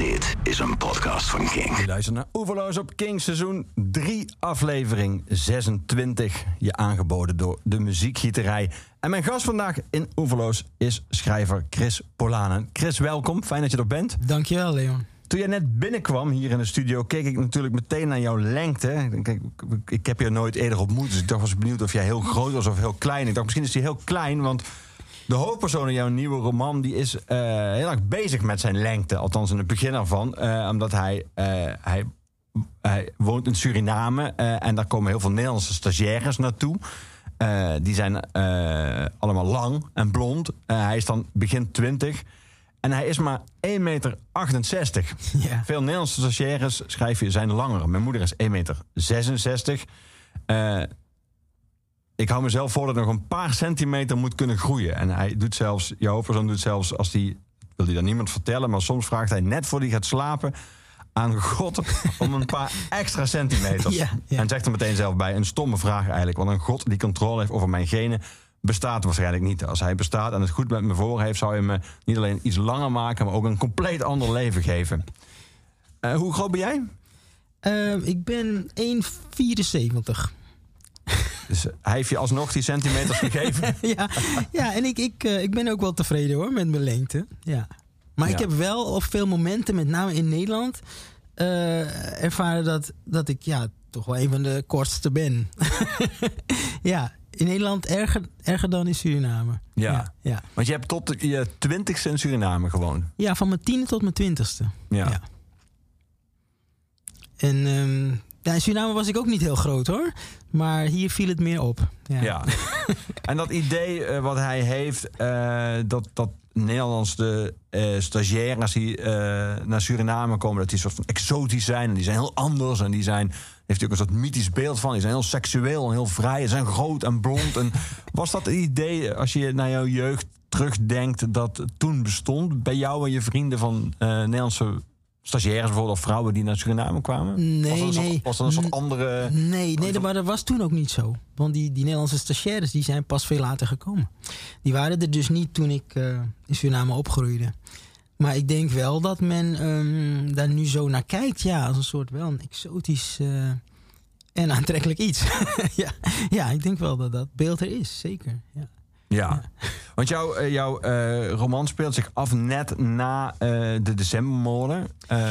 Dit is een podcast van King. Je luistert naar Oeverloos op King, seizoen 3, aflevering 26. Je aangeboden door de muziekgieterij. En mijn gast vandaag in Oeverloos is schrijver Chris Polanen. Chris, welkom. Fijn dat je er bent. Dankjewel, Leon. Toen jij net binnenkwam hier in de studio, keek ik natuurlijk meteen naar jouw lengte. Ik heb je nooit eerder ontmoet, dus ik was benieuwd of jij heel groot was of heel klein. Ik dacht, misschien is hij heel klein, want de hoofdpersoon in jouw nieuwe roman die is heel erg bezig met zijn lengte. Althans in het begin ervan. Omdat hij woont in Suriname en daar komen heel veel Nederlandse stagiaires naartoe. Die zijn allemaal lang en blond. Hij is dan begin 20. En hij is maar 1,68 meter. Ja. Veel Nederlandse stagiaires, schrijf je, zijn langer. Mijn moeder is 1,66 meter. Ik hou mezelf voor dat ik nog een paar centimeter moet kunnen groeien. En hij doet zelfs, jouw hoofdpersoon doet zelfs, als die, wil hij dan niemand vertellen, maar soms vraagt hij net voor hij gaat slapen aan God om een paar extra centimeters. Ja. En zegt er meteen zelf bij, een stomme vraag eigenlijk. Want een God die controle heeft over mijn genen bestaat waarschijnlijk niet. Als hij bestaat en het goed met me voor heeft, zou hij me niet alleen iets langer maken, maar ook een compleet ander leven geven. Hoe groot ben jij? Ik ben 1,74. Dus hij heeft je alsnog die centimeters gegeven. Ja, en ik ben ook wel tevreden hoor met mijn lengte. Ja. Maar ik heb wel op veel momenten, met name in Nederland, ervaren dat ik toch wel een van de kortste ben. Ja, in Nederland erger dan in Suriname. Ja. Want je hebt tot je 20ste in Suriname gewoond. Ja, van mijn 10e tot mijn 20ste. Ja. En in Suriname was ik ook niet heel groot hoor. Maar hier viel het meer op. Ja. En dat idee wat hij heeft, dat Nederlandse stagiaires die naar Suriname komen, dat die soort van exotisch zijn. En die zijn heel anders. En heeft hij ook een soort mythisch beeld van. Die zijn heel seksueel en heel vrij. Ze zijn groot en blond. En was dat het idee, als je naar jouw jeugd terugdenkt, dat toen bestond bij jou en je vrienden van Nederlandse stagiaires bijvoorbeeld, of vrouwen die naar Suriname kwamen? Nee. Was dat een soort andere... Nee, maar dat was toen ook niet zo. Want die Nederlandse stagiaires die zijn pas veel later gekomen. Die waren er dus niet toen ik in Suriname opgroeide. Maar ik denk wel dat men daar nu zo naar kijkt. Ja, als een soort wel een exotisch en aantrekkelijk iets. Ja, ik denk wel dat dat beeld er is. Zeker, ja. Want jouw roman speelt zich af net na de decembermoorden.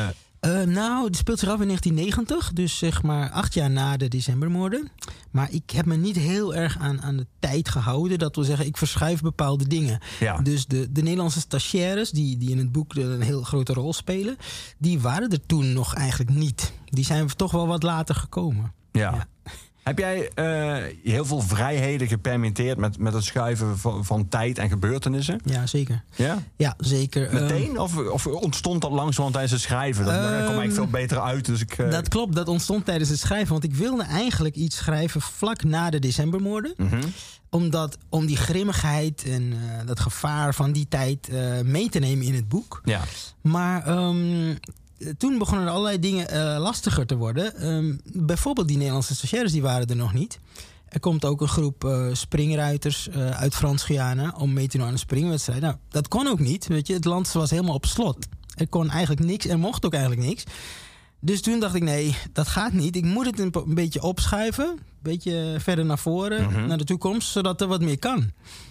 Het speelt zich af in 1990, dus zeg maar 8 jaar na de decembermoorden. Maar ik heb me niet heel erg aan de tijd gehouden. Dat wil zeggen, ik verschuif bepaalde dingen. Ja. Dus de Nederlandse stagiaires, die in het boek een heel grote rol spelen, die waren er toen nog eigenlijk niet. Die zijn toch wel wat later gekomen. Ja. Heb jij heel veel vrijheden gepermitteerd met het schuiven van tijd en gebeurtenissen? Ja, zeker. Ja? Ja, zeker. Meteen? Of ontstond dat langzamerhand tijdens het schrijven? Dat kwam eigenlijk veel beter uit. Dus Dat klopt, dat ontstond tijdens het schrijven. Want ik wilde eigenlijk iets schrijven vlak na de decembermoorden. Mm-hmm. Om die grimmigheid en dat gevaar van die tijd mee te nemen in het boek. Ja. Maar toen begonnen er allerlei dingen lastiger te worden. Bijvoorbeeld die Nederlandse stagiaires, die waren er nog niet. Er komt ook een groep springruiters uit Frans-Guyana om mee te doen aan een springwedstrijd. Nou, dat kon ook niet. Weet je. Het land was helemaal op slot. Er kon eigenlijk niks, er mocht ook eigenlijk niks. Dus toen dacht ik, nee, dat gaat niet. Ik moet het een beetje opschuiven. Een beetje verder naar voren, naar de toekomst, zodat er wat meer kan.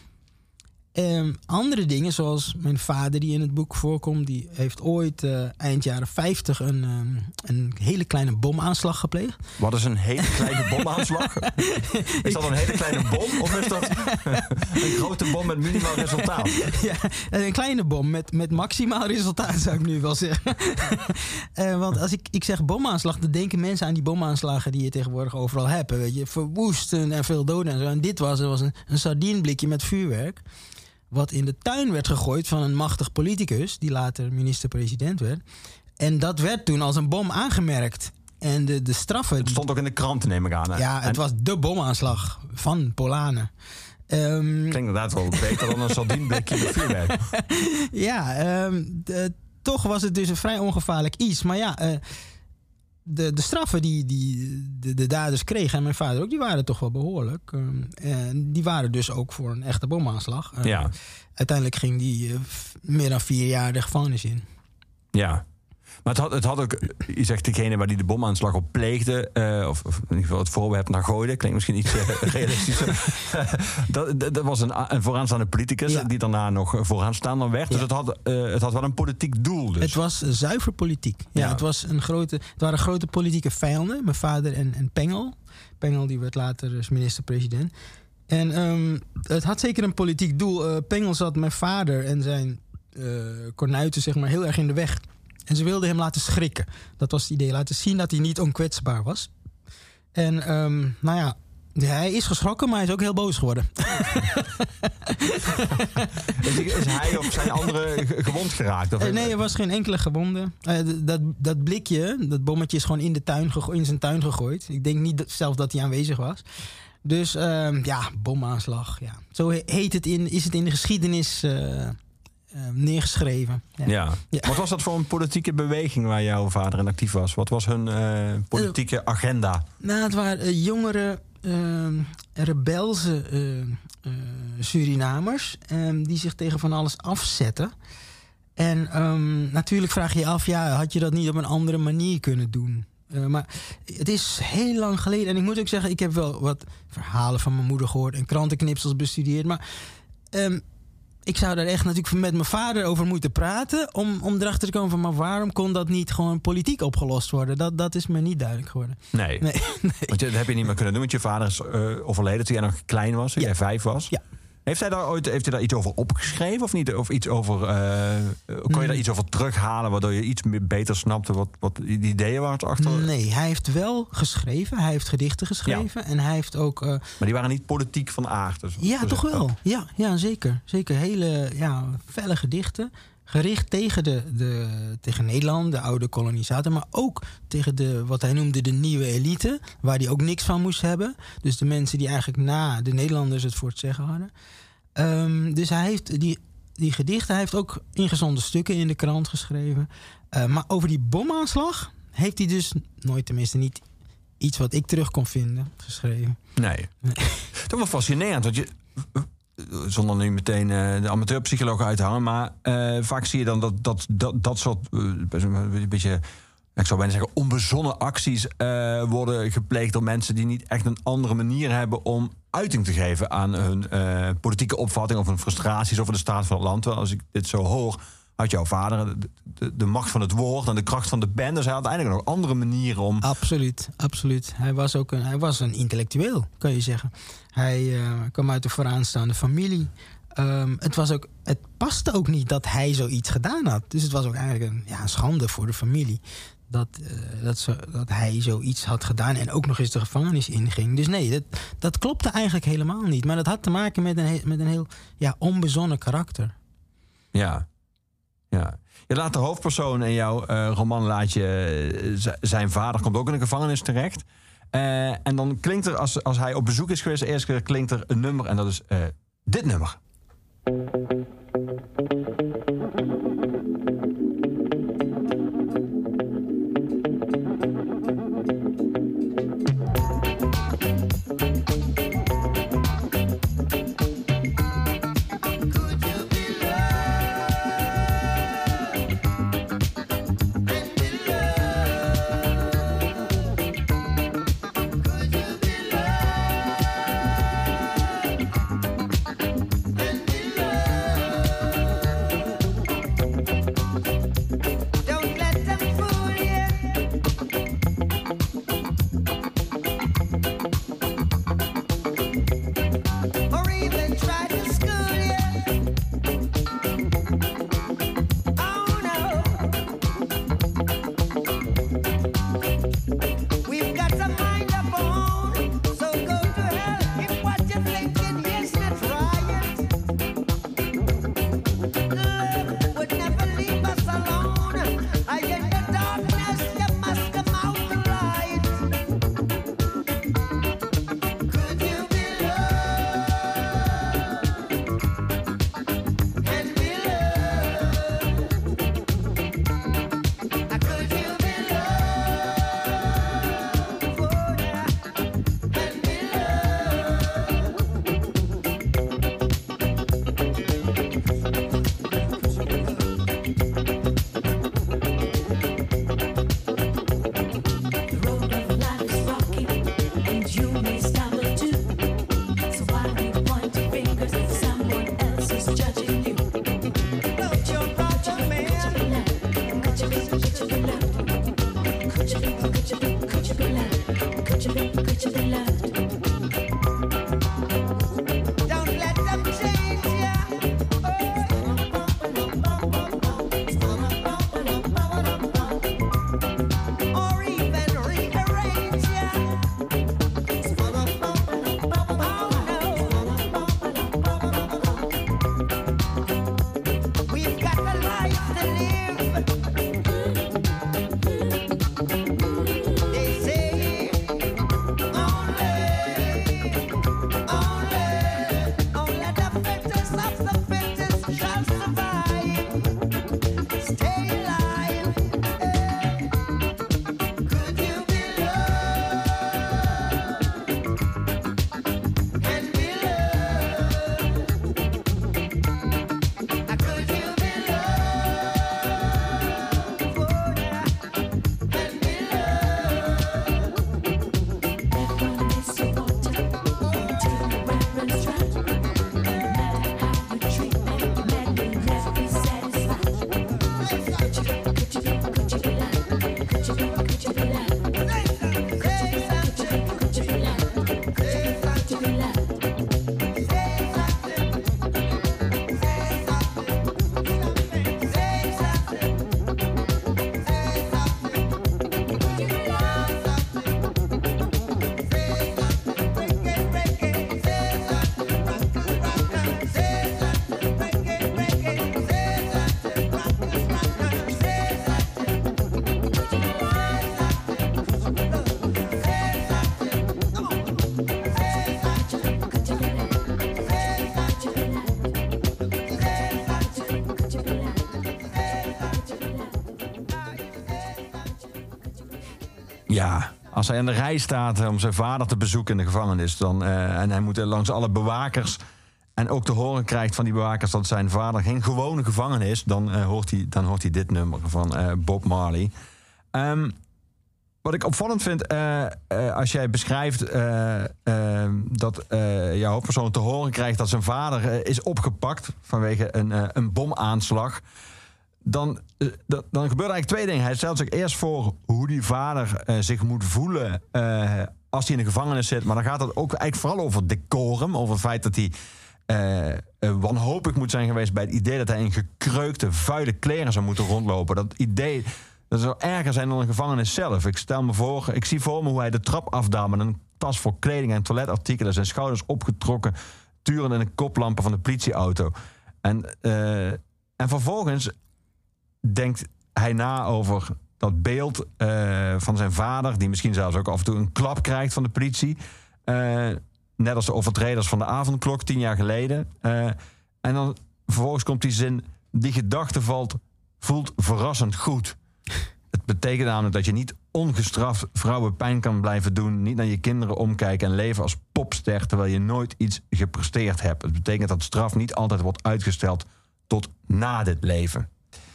Andere dingen, zoals mijn vader die in het boek voorkomt, die heeft ooit eind jaren 50 een hele kleine bomaanslag gepleegd. Wat is een hele kleine bomaanslag? Is dat een hele kleine bom of is dat een grote bom met minimaal resultaat? Ja, een kleine bom met maximaal resultaat zou ik nu wel zeggen. Want als ik zeg bomaanslag, dan denken mensen aan die bomaanslagen die je tegenwoordig overal hebt. Weet je, verwoesten en veel doden en zo. En dit was een sardienblikje met vuurwerk, wat in de tuin werd gegooid van een machtig politicus, die later minister-president werd. En dat werd toen als een bom aangemerkt. En de straffen... Het stond ook in de kranten, neem ik aan. Ja, het was de bomaanslag van Polanen. Klinkt inderdaad wel beter dan een sardienblikje met vuurwerk. Ja, toch was het dus een vrij ongevaarlijk iets. Maar ja, de straffen die de daders kregen, en mijn vader ook, die waren toch wel behoorlijk. Die waren dus ook voor een echte bomaanslag. Ja. Uiteindelijk ging die meer dan 4 jaar de gevangenis in. Ja. Maar het had ook, je zegt degene waar die de bomaanslag op pleegde, of in ieder geval het voorwerp naar gooide, klinkt misschien iets realistischer. dat was een vooraanstaande politicus die daarna nog vooraanstaander werd. Dus het had wel een politiek doel. Dus. Het was zuiver politiek. Ja. Het waren grote politieke vijanden, mijn vader en Pengel. Pengel die werd later dus minister-president. En het had zeker een politiek doel. Pengel zat mijn vader en zijn kornuiten zeg maar heel erg in de weg. En ze wilden hem laten schrikken. Dat was het idee. Laten zien dat hij niet onkwetsbaar was. En hij is geschrokken, maar hij is ook heel boos geworden. Is hij of zijn anderen gewond geraakt? Of nee, er was geen enkele gewonde. Dat blikje, dat bommetje is gewoon in zijn tuin gegooid. Ik denk niet zelf dat hij aanwezig was. Dus bomaanslag. Ja. Zo is het in de geschiedenis neergeschreven. Ja. Wat was dat voor een politieke beweging waar jouw vader in actief was? Wat was hun politieke agenda? Nou, het waren jongere, rebelse Surinamers die zich tegen van alles afzetten. En natuurlijk vraag je je af, had je dat niet op een andere manier kunnen doen? Maar het is heel lang geleden. En ik moet ook zeggen, ik heb wel wat verhalen van mijn moeder gehoord en krantenknipsels bestudeerd. Maar ik zou daar echt natuurlijk met mijn vader over moeten praten. Om erachter te komen van, maar waarom kon dat niet gewoon politiek opgelost worden? Dat is me niet duidelijk geworden. Nee. Want dat heb je niet meer kunnen doen. Want je vader is overleden toen jij nog klein was. Toen jij 5 was. Ja. Heeft hij daar iets over opgeschreven of niet? Of iets over, kon je daar iets over terughalen waardoor je iets beter snapte wat die ideeën waren achter? Nee, hij heeft wel geschreven. Hij heeft gedichten geschreven. Ja. En hij heeft ook... maar die waren niet politiek van aard? Dus, ja, toch wel. Ja, zeker. Zeker hele felle gedichten. Gericht tegen Nederland, de oude kolonisator. Maar ook tegen wat hij noemde de nieuwe elite. Waar hij ook niks van moest hebben. Dus de mensen die eigenlijk na de Nederlanders het voor het zeggen hadden. Dus hij heeft die gedichten. Hij heeft ook ingezonden stukken in de krant geschreven. Maar over die bomaanslag heeft hij dus nooit, tenminste niet iets wat ik terug kon vinden, geschreven. Nee. Toch wel fascinerend. Want je... Zonder nu meteen de amateurpsycholoog uit te hangen. Maar vaak zie je dan dat soort een beetje, ik zou bijna zeggen, onbezonnen acties worden gepleegd door mensen die niet echt een andere manier hebben om uiting te geven aan hun politieke opvatting of hun frustraties over de staat van het land. Terwijl als ik dit zo hoor, had jouw vader de macht van het woord en de kracht van de pen. Dus hij had eigenlijk nog andere manieren om... Absoluut. Hij was een intellectueel, kan je zeggen. Hij kwam uit een vooraanstaande familie. Het paste ook niet dat hij zoiets gedaan had. Dus het was ook eigenlijk een schande voor de familie. Dat hij zoiets had gedaan en ook nog eens de gevangenis inging. Dus nee, dat klopte eigenlijk helemaal niet. Maar dat had te maken met een heel onbezonnen karakter. Ja. Je laat de hoofdpersoon in jouw roman zijn vader komt ook in de gevangenis terecht. En dan klinkt er, als hij op bezoek is geweest, de eerste keer klinkt er een nummer en dat is dit nummer. Ja, als hij aan de rij staat om zijn vader te bezoeken in de gevangenis... en hij moet langs alle bewakers... en ook te horen krijgt van die bewakers... dat zijn vader geen gewone gevangene is... dan hoort hij dit nummer van Bob Marley. Wat ik opvallend vind... als jij beschrijft dat jouw hoofdpersoon te horen krijgt... dat zijn vader is opgepakt vanwege een bomaanslag... Dan gebeuren eigenlijk twee dingen. Hij stelt zich eerst voor hoe die vader zich moet voelen als hij in de gevangenis zit. Maar dan gaat het ook eigenlijk vooral over decorum. Over het feit dat hij wanhopig moet zijn geweest bij het idee dat hij in gekreukte, vuile kleren zou moeten rondlopen. Dat idee, dat zou erger zijn dan een gevangenis zelf. Ik zie voor me hoe hij de trap afdaalt met een tas voor kleding en toiletartikelen. Zijn schouders opgetrokken, turend in de koplampen van de politieauto. En vervolgens denkt hij na over dat beeld van zijn vader... die misschien zelfs ook af en toe een klap krijgt van de politie. Net als de overtreders van de avondklok 10 jaar geleden. En dan vervolgens komt die zin... die gedachte voelt verrassend goed. Het betekent namelijk dat je niet ongestraft vrouwen pijn kan blijven doen... niet naar je kinderen omkijken en leven als popster... terwijl je nooit iets gepresteerd hebt. Het betekent dat straf niet altijd wordt uitgesteld tot na dit leven.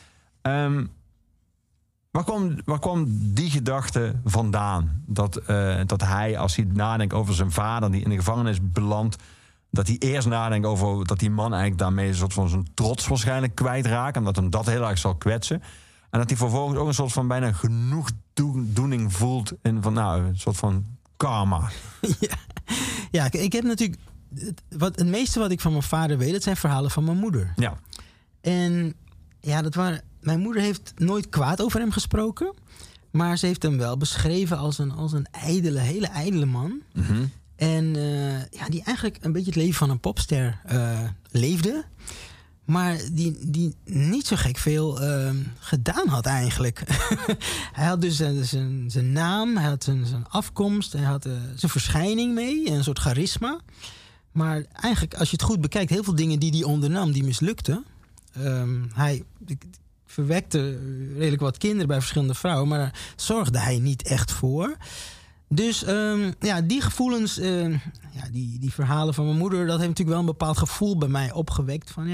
Waar kwam die gedachte vandaan? Dat hij, als hij nadenkt over zijn vader... die in de gevangenis belandt... dat hij eerst nadenkt over dat die man eigenlijk daarmee... een soort van zijn trots waarschijnlijk kwijtraakt... en dat hem dat heel erg zal kwetsen. En dat hij vervolgens ook een soort van bijna genoegdoening voelt... in van een soort van karma. Ja, ik heb natuurlijk... Het meeste wat ik van mijn vader weet... dat zijn verhalen van mijn moeder. Ja. En ja, mijn moeder heeft nooit kwaad over hem gesproken. Maar ze heeft hem wel beschreven als een hele ijdele man. Mm-hmm. En die eigenlijk een beetje het leven van een popster leefde. Maar die niet zo gek veel gedaan had eigenlijk. Hij had dus zijn naam, hij had zijn afkomst... hij had zijn verschijning mee, een soort charisma. Maar eigenlijk, als je het goed bekijkt... heel veel dingen die hij ondernam, die mislukten... Hij verwekte redelijk wat kinderen bij verschillende vrouwen... maar daar zorgde hij niet echt voor. Dus die gevoelens, die verhalen van mijn moeder... dat heeft natuurlijk wel een bepaald gevoel bij mij opgewekt. Van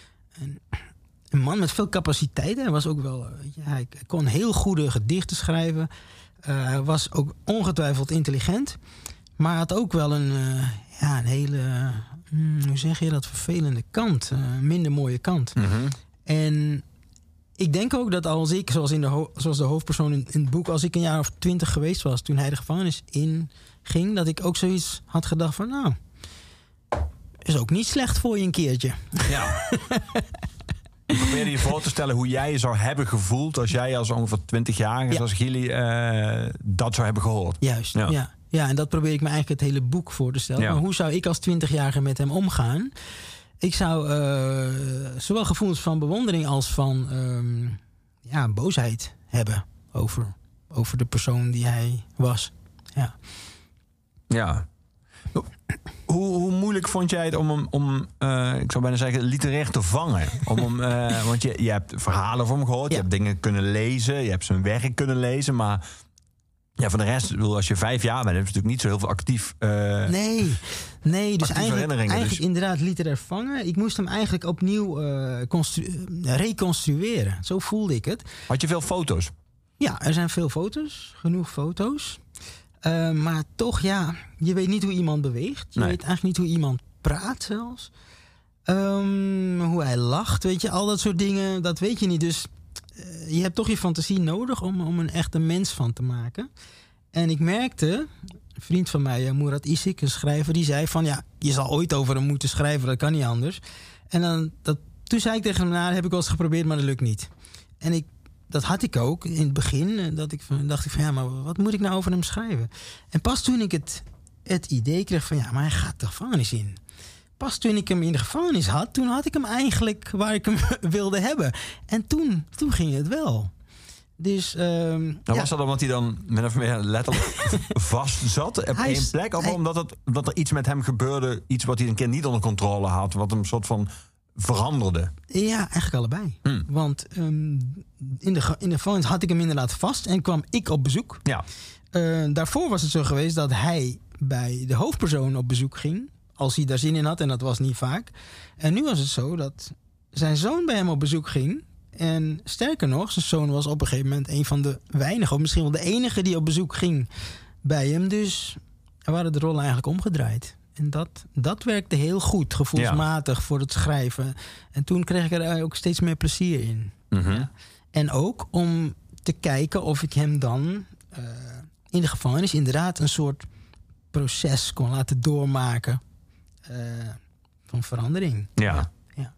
een man met veel capaciteit. Hij was ook wel, hij kon heel goede gedichten schrijven. Hij was ook ongetwijfeld intelligent. Maar hij had ook wel een hele... hoe zeg je dat? Vervelende kant. Minder mooie kant. Mm-hmm. En ik denk ook dat als ik, zoals de hoofdpersoon in het boek... als ik een jaar of 20 geweest was... toen hij de gevangenis inging... dat ik ook zoiets had gedacht van... is ook niet slecht voor je een keertje. Ja. Probeer je voor te stellen hoe jij je zou hebben gevoeld... als jij als ongeveer 20-jarige, zoals Gilly... dat zou hebben gehoord. Juist, ja. Ja, en dat probeer ik me eigenlijk het hele boek voor te stellen. Ja. Maar hoe zou ik als 20-jarige met hem omgaan? Ik zou zowel gevoelens van bewondering als van boosheid hebben over de persoon die hij was. Ja. Ja. Hoe moeilijk vond jij het om ik zou bijna zeggen, literair te vangen? Want je hebt verhalen van hem gehoord, je hebt dingen kunnen lezen, je hebt zijn werk kunnen lezen, maar... Ja, voor de rest, als je 5 jaar bent, heb je natuurlijk niet zo heel veel actief... Nee, dus eigenlijk inderdaad literair vangen. Ik moest hem eigenlijk opnieuw reconstrueren. Zo voelde ik het. Had je veel foto's? Ja, er zijn veel foto's. Genoeg foto's. Maar toch, je weet niet hoe iemand beweegt. Je weet eigenlijk niet hoe iemand praat zelfs. Hoe hij lacht, weet je. Al dat soort dingen, dat weet je niet. Dus... je hebt toch je fantasie nodig om een echte mens van te maken. En ik merkte, een vriend van mij, Murat Isik, een schrijver... die zei van, je zal ooit over hem moeten schrijven, dat kan niet anders. En toen zei ik tegen hem, dat heb ik wel eens geprobeerd, maar dat lukt niet. En dat had ik ook in het begin. Dacht ik van, maar wat moet ik nou over hem schrijven? En pas toen ik het idee kreeg van, maar hij gaat de gevangenis in... Pas toen ik hem in de gevangenis had... toen had ik hem eigenlijk waar ik hem wilde hebben. En toen ging het wel. Dus... was dat omdat hij dan min of meer letterlijk vast zat op één plek? Of omdat er iets met hem gebeurde... iets wat hij een keer niet onder controle had... wat hem een soort van veranderde? Ja, eigenlijk allebei. Want in de gevangenis had ik hem inderdaad vast en kwam ik op bezoek. Ja. Daarvoor was het zo geweest dat hij bij de hoofdpersoon op bezoek ging. Als hij daar zin in had, en dat was niet vaak. En nu was het zo dat zijn zoon bij hem op bezoek ging. En sterker nog, zijn zoon was op een gegeven moment een van de weinigen, of misschien wel de enige die op bezoek ging bij hem. Dus er waren de rollen eigenlijk omgedraaid. En dat werkte heel goed, gevoelsmatig, voor het schrijven. En toen kreeg ik er ook steeds meer plezier in. Mm-hmm. Ja. En ook om te kijken of ik hem dan in de gevangenis inderdaad een soort proces kon laten doormaken van verandering. Ja. Ja.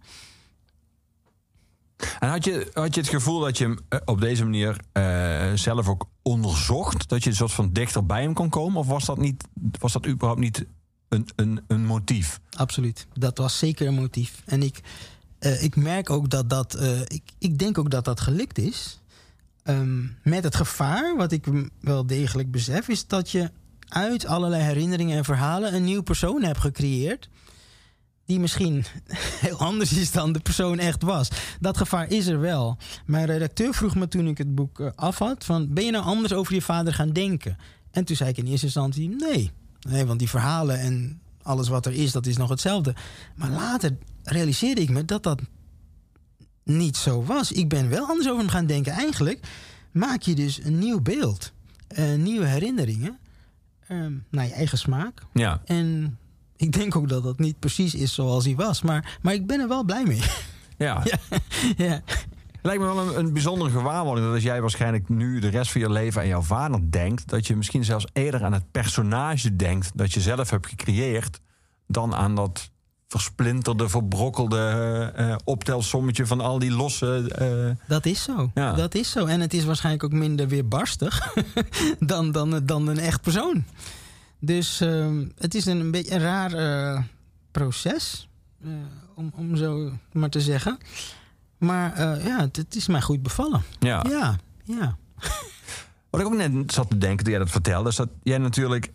En had je het gevoel dat je hem op deze manier zelf ook onderzocht? Dat je een soort van dichter bij hem kon komen? Of was dat überhaupt niet een motief? Absoluut. Dat was zeker een motief. En ik merk ook ik denk ook dat gelukt is. Met het gevaar, wat ik wel degelijk besef, is dat je uit allerlei herinneringen en verhalen een nieuw persoon hebt gecreëerd. Die misschien heel anders is dan de persoon echt was. Dat gevaar is er wel. Mijn redacteur vroeg me toen ik het boek af had, van, ben je nou anders over je vader gaan denken? En toen zei ik in eerste instantie nee, want die verhalen en alles wat er is, dat is nog hetzelfde. Maar later realiseerde ik me dat niet zo was. Ik ben wel anders over hem gaan denken. Eigenlijk maak je dus een nieuw beeld. Nieuwe herinneringen. Naar je eigen smaak. Ja. En ik denk ook dat dat niet precies is zoals hij was. Maar ik ben er wel blij mee. Ja. Ja. Lijkt me wel een bijzondere gewaarwording dat als jij waarschijnlijk nu de rest van je leven aan jouw vader denkt, dat je misschien zelfs eerder aan het personage denkt dat je zelf hebt gecreëerd dan aan dat versplinterde, verbrokkelde optelsommetje van al die losse... Dat is zo. Ja. Dat is zo. En het is waarschijnlijk ook minder weerbarstig dan een echt persoon. Dus het is een beetje een raar proces, om zo maar te zeggen. Maar het is mij goed bevallen. Ja. Ja. Wat ik ook net zat te denken toen jij dat vertelde, is dat jij natuurlijk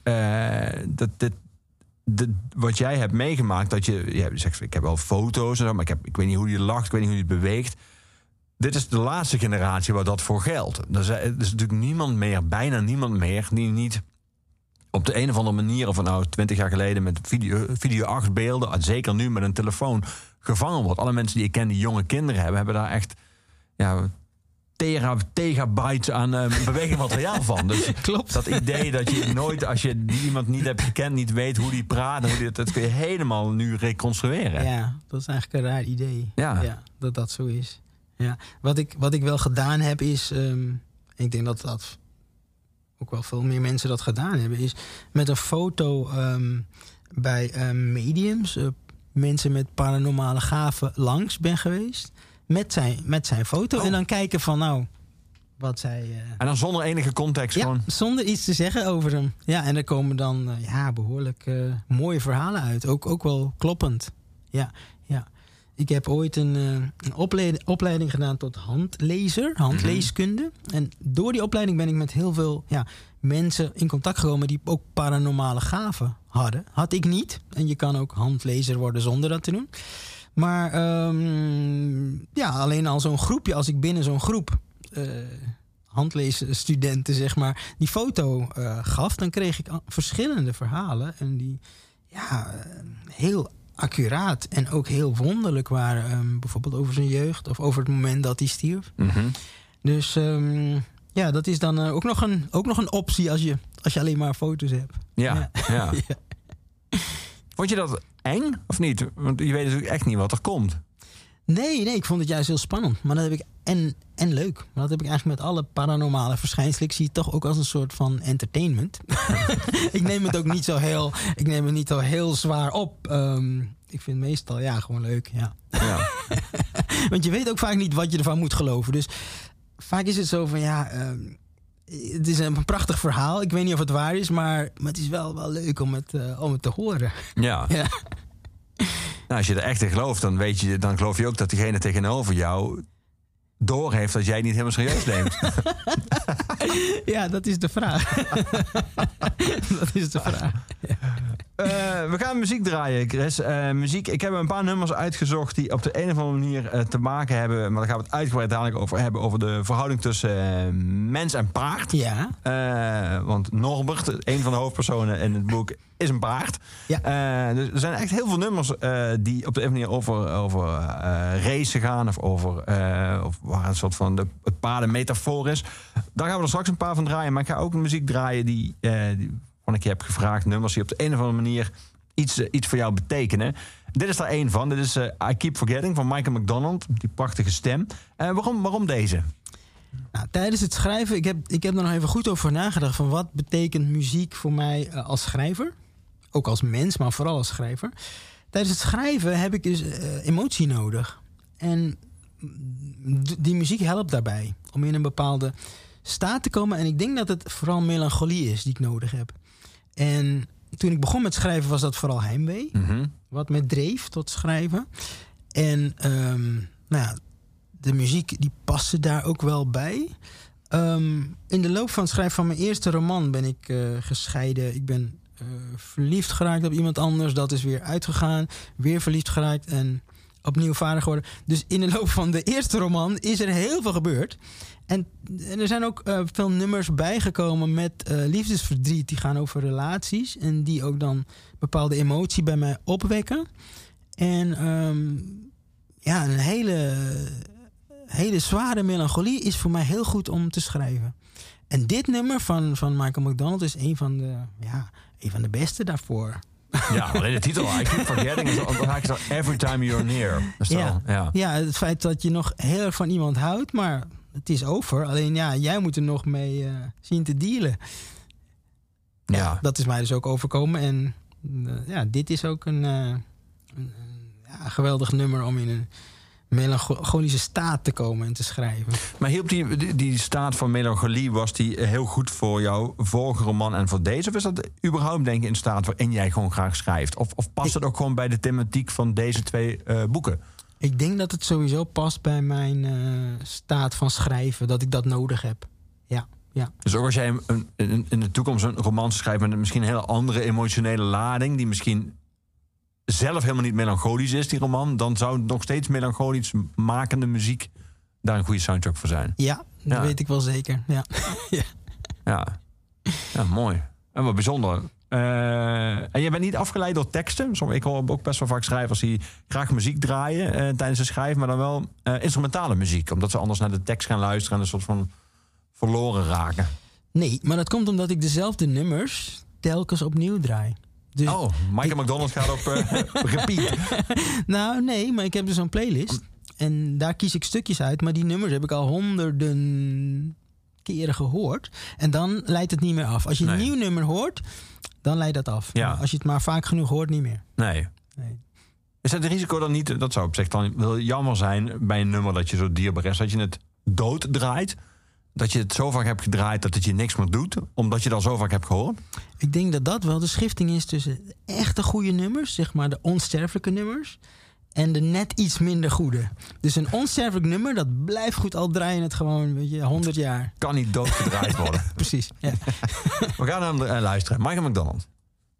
wat jij hebt meegemaakt, dat je zegt, ik heb wel foto's en zo, maar ik weet niet hoe je lacht, ik weet niet hoe je het beweegt. Dit is de laatste generatie waar dat voor geldt. Er is natuurlijk niemand meer, bijna niemand meer, die niet op de een of andere manier, of 20 jaar geleden met video 8 beelden, zeker nu met een telefoon, gevangen wordt. Alle mensen die ik ken die jonge kinderen hebben daar echt tegabytes aan bewegend materiaal van. Dus klopt. Dat idee dat je nooit, als je iemand niet hebt gekend, niet weet hoe die praat, dat kun je helemaal nu reconstrueren. Ja, dat is eigenlijk een raar idee. Ja. Dat zo is. Ja. Wat ik wel gedaan heb is, ik denk dat ook wel veel meer mensen dat gedaan hebben, is met een foto bij mediums, mensen met paranormale gaven langs ben geweest. Met zijn foto. En dan kijken van wat zij... En dan zonder enige context gewoon? Zonder iets te zeggen over hem. Ja, en er komen dan behoorlijk mooie verhalen uit. Ook wel kloppend. Ja. Ik heb ooit een opleiding gedaan tot handleeskunde. En door die opleiding ben ik met heel veel mensen in contact gekomen die ook paranormale gaven hadden. Had ik niet. En je kan ook handlezer worden zonder dat te doen. Maar alleen al zo'n groepje, als ik binnen zo'n groep handleesstudenten, zeg maar, die foto gaf, dan kreeg ik verschillende verhalen. En die heel accuraat en ook heel wonderlijk waren. Bijvoorbeeld over zijn jeugd of over het moment dat hij stierf. Mm-hmm. Dus dat is dan ook nog een optie als je alleen maar foto's hebt. Ja. Vond je dat eng of niet? Want je weet natuurlijk echt niet wat er komt. Nee, ik vond het juist heel spannend. Maar dat heb ik en leuk. Maar dat heb ik eigenlijk met alle paranormale verschijnselen. Ik zie het toch ook als een soort van entertainment. Ik neem het ook niet zo heel zwaar op. Ik vind het meestal gewoon leuk. Ja. Want je weet ook vaak niet wat je ervan moet geloven. Dus vaak is het zo van het is een prachtig verhaal. Ik weet niet of het waar is, maar het is wel leuk om het te horen. Ja. Nou, als je er echt in gelooft, dan geloof je ook dat diegene tegenover jou doorheeft dat jij het niet helemaal serieus neemt. Ja, dat is de vraag. Dat is de vraag. Ja. We gaan muziek draaien, Chris. Muziek. Ik heb een paar nummers uitgezocht die op de een of andere manier te maken hebben. Maar daar gaan we het uitgebreid dadelijk over hebben. Over de verhouding tussen mens en paard. Ja. Want Norbert, een van de hoofdpersonen in het boek, is een paard. Ja. Dus er zijn echt heel veel nummers die op de een manier over racen gaan. Of waar een soort van het paardenmetafoor is. Daar gaan we er straks een paar van draaien. Maar ik ga ook muziek draaien die ik je heb gevraagd. Nummers die op de een of andere manier iets voor jou betekenen. Dit is daar één van. Dit is I Keep Forgetting van Michael McDonald. Die prachtige stem. Waarom deze? Nou, tijdens het schrijven, ik heb er nog even goed over nagedacht. Van wat betekent muziek voor mij als schrijver? Ook als mens, maar vooral als schrijver. Tijdens het schrijven heb ik dus emotie nodig. En die muziek helpt daarbij. Om in een bepaalde staat te komen. En ik denk dat het vooral melancholie is die ik nodig heb. En toen ik begon met schrijven was dat vooral heimwee. Mm-hmm. Wat me dreef tot schrijven. En de muziek die paste daar ook wel bij. In de loop van het schrijven van mijn eerste roman ben ik gescheiden. Ik ben verliefd geraakt op iemand anders. Dat is weer uitgegaan. Weer verliefd geraakt en opnieuw vader geworden. Dus in de loop van de eerste roman is er heel veel gebeurd. En er zijn ook veel nummers bijgekomen met liefdesverdriet. Die gaan over relaties. En die ook dan bepaalde emotie bij mij opwekken. En een hele zware melancholie is voor mij heel goed om te schrijven. En dit nummer van Michael McDonald is een van de beste daarvoor. Ja, alleen de titel. I Keep Forgetting is Every Time You're Near. Ja, het feit dat je nog heel erg van iemand houdt, maar het is over. Alleen jij moet er nog mee zien te dealen. Ja, dat is mij dus ook overkomen. En dit is ook een geweldig nummer om in een melancholische staat te komen en te schrijven. Maar hielp die staat van melancholie, was die heel goed voor jouw vorige roman en voor deze? Of is dat überhaupt denk je een staat waarin jij gewoon graag schrijft? Of past het ook gewoon bij de thematiek van deze twee boeken? Ik denk dat het sowieso past bij mijn staat van schrijven, dat ik dat nodig heb. Ja. Dus ook als jij in de toekomst een roman schrijft met misschien een hele andere emotionele lading, die misschien zelf helemaal niet melancholisch is, die roman, dan zou nog steeds melancholisch makende muziek daar een goede soundtrack voor zijn. Ja, dat weet ik wel zeker. Ja, mooi. En wat bijzonder. En je bent niet afgeleid door teksten. Ik hoor ook best wel vaak schrijvers die graag muziek draaien tijdens het schrijven, maar dan wel instrumentale muziek, omdat ze anders naar de tekst gaan luisteren en een soort van verloren raken. Nee, maar dat komt omdat ik dezelfde nummers telkens opnieuw draai. Dus Michael McDonald gaat op repeat. Nou, nee, maar ik heb dus zo'n playlist. En daar kies ik stukjes uit. Maar die nummers heb ik al honderden keren gehoord. En dan leidt het niet meer af. Als je een nieuw nummer hoort, dan leidt dat af. Ja. Als je het maar vaak genoeg hoort, niet meer. Nee. Is het risico dan niet, dat zou op zich dan wel jammer zijn bij een nummer dat je zo dierbaar is, dat je het dood draait? Dat je het zo vaak hebt gedraaid dat het je niks meer doet, omdat je het al zo vaak hebt gehoord? Ik denk dat dat wel de schifting is tussen echte goede nummers, zeg maar de onsterfelijke nummers, en de net iets minder goede. Dus een onsterfelijk nummer, dat blijft goed, al draaien het gewoon 100 jaar. Kan niet doodgedraaid worden. Precies, ja. We gaan naar hem luisteren. Michael McDonald.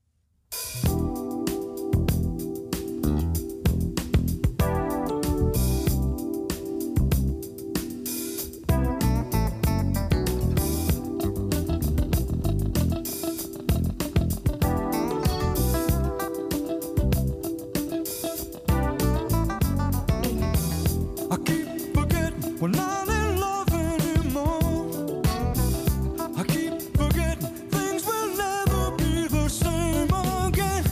We're not in love anymore. I keep forgetting things will never be the same again.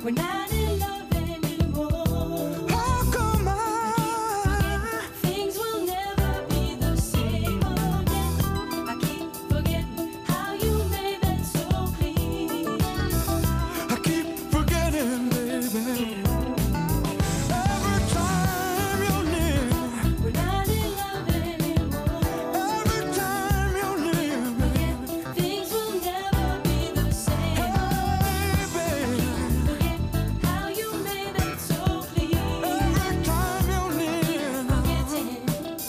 We're not in love anymore. How come Things will never be the same again. I keep forgetting how you made that so clear. I keep forgetting, baby. Every time you're near, We're not in love anymore. every time you're near, baby. Things will never be the same. Hey, baby. Forget how you made that so clear. Every time you're near. Forgetting.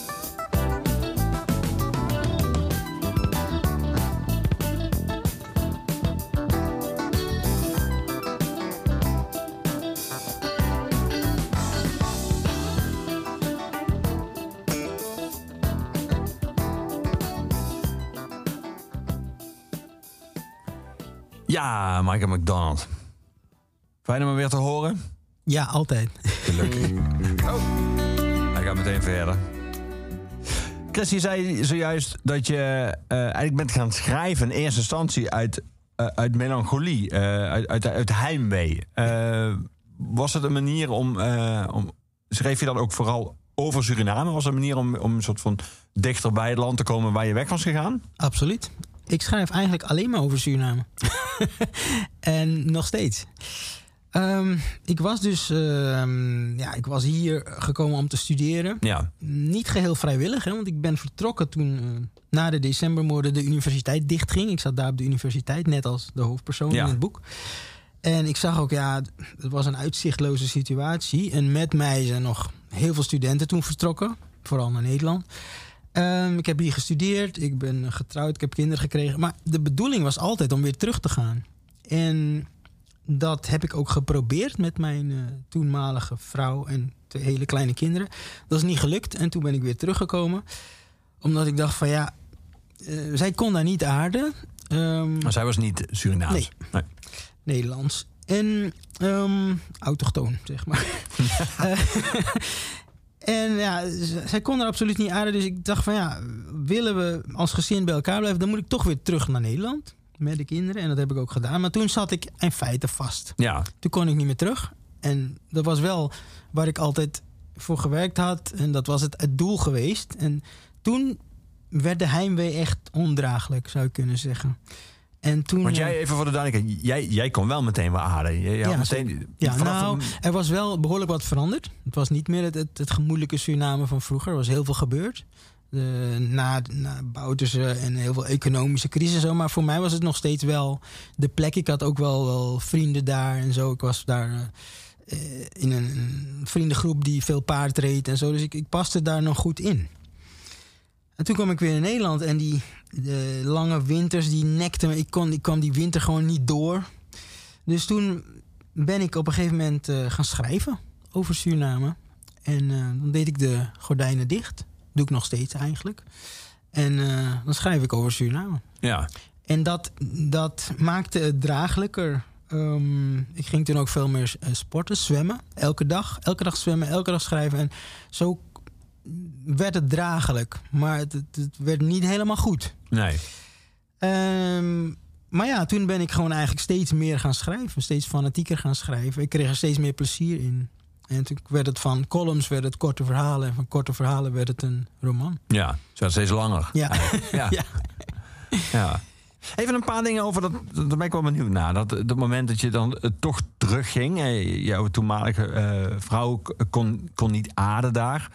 Ja, Michael McDonald. Fijn om hem weer te horen. Ja, altijd. Gelukkig. Oh, hij gaat meteen verder. Chris, je zei zojuist dat je eigenlijk bent gaan schrijven in eerste instantie uit melancholie, uit heimwee. Was het een manier om... Schreef je dan ook vooral over Suriname? Was het een manier om een soort van dichter bij het land te komen waar je weg was gegaan? Absoluut. Ik schrijf eigenlijk alleen maar over Suriname. En nog steeds. Ik was dus... ik was hier gekomen om te studeren. Ja. Niet geheel vrijwillig, hè, want ik ben vertrokken toen na de decembermoorden de universiteit dichtging. Ik zat daar op de universiteit, net als de hoofdpersoon in het boek. En ik zag ook, het was een uitzichtloze situatie. En met mij zijn nog heel veel studenten toen vertrokken. Vooral naar Nederland. Ik heb hier gestudeerd, ik ben getrouwd, ik heb kinderen gekregen. Maar de bedoeling was altijd om weer terug te gaan. En dat heb ik ook geprobeerd met mijn toenmalige vrouw en 2 hele kleine kinderen. Dat is niet gelukt en toen ben ik weer teruggekomen. Omdat ik dacht van zij kon daar niet aarden. Maar zij was niet Surinaams? Nee. Nederlands. En autochtoon, zeg maar. En zij kon er absoluut niet aarden. Dus ik dacht van willen we als gezin bij elkaar blijven... dan moet ik toch weer terug naar Nederland met de kinderen. En dat heb ik ook gedaan. Maar toen zat ik in feite vast. Ja. Toen kon ik niet meer terug. En dat was wel waar ik altijd voor gewerkt had. En dat was het doel geweest. En toen werd de heimwee echt ondraaglijk, zou ik kunnen zeggen. En toen, Want jij, even voor de duidelijkheid, jij kon wel meteen weer aarden. Er was wel behoorlijk wat veranderd. Het was niet meer het gemoedelijke Suriname van vroeger. Er was heel veel gebeurd. Na Bouterse en heel veel economische crisis. Maar voor mij was het nog steeds wel de plek. Ik had ook wel vrienden daar en zo. Ik was daar in een vriendengroep die veel paard reed en zo. Dus ik paste daar nog goed in. En toen kwam ik weer in Nederland en de lange winters die nekten me. Ik kwam die winter gewoon niet door. Dus toen ben ik op een gegeven moment gaan schrijven over Suriname. En dan deed ik de gordijnen dicht. Doe ik nog steeds eigenlijk. En dan schrijf ik over Suriname. Ja. En dat maakte het draaglijker. Ik ging toen ook veel meer sporten, zwemmen. Elke dag zwemmen, elke dag schrijven. En zo werd het draaglijk. Maar het werd niet helemaal goed. Nee. Maar toen ben ik gewoon eigenlijk steeds meer gaan schrijven. Steeds fanatieker gaan schrijven. Ik kreeg er steeds meer plezier in. En toen werd het van columns werd het korte verhalen. En van korte verhalen werd het een roman. Ja, het werd steeds langer. Ja. Ja. Even een paar dingen over, daar ben ik wel benieuwd naar. Dat moment dat je dan toch terugging. Jouw toenmalige vrouw kon niet aarden daar.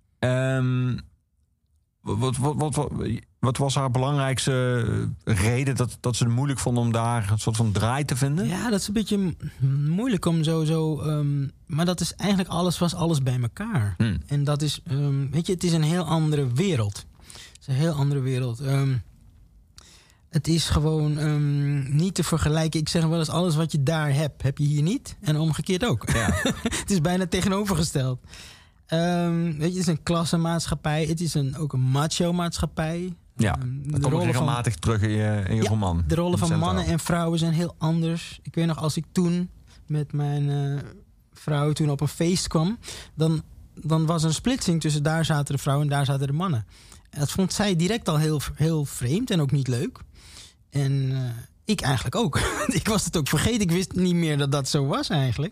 Wat was haar belangrijkste reden dat ze het moeilijk vond om daar een soort van draai te vinden? Ja, dat is een beetje moeilijk om zo. Maar dat is eigenlijk alles bij elkaar. En dat is, het is een heel andere wereld. Het is een heel andere wereld. Het is gewoon niet te vergelijken. Ik zeg wel eens, alles wat je daar hebt, heb je hier niet. En omgekeerd ook. Ja. Het is bijna tegenovergesteld. Het is een klassenmaatschappij. Het is ook een macho-maatschappij. Ja, dat komt regelmatig terug in je roman. De rollen van mannen en vrouwen zijn heel anders. Ik weet nog, als ik toen met mijn vrouw op een feest kwam... dan was er een splitsing tussen daar zaten de vrouwen en daar zaten de mannen. En dat vond zij direct al heel, heel vreemd en ook niet leuk. En Ik eigenlijk ook. Ik was het ook vergeten. Ik wist niet meer dat dat zo was eigenlijk.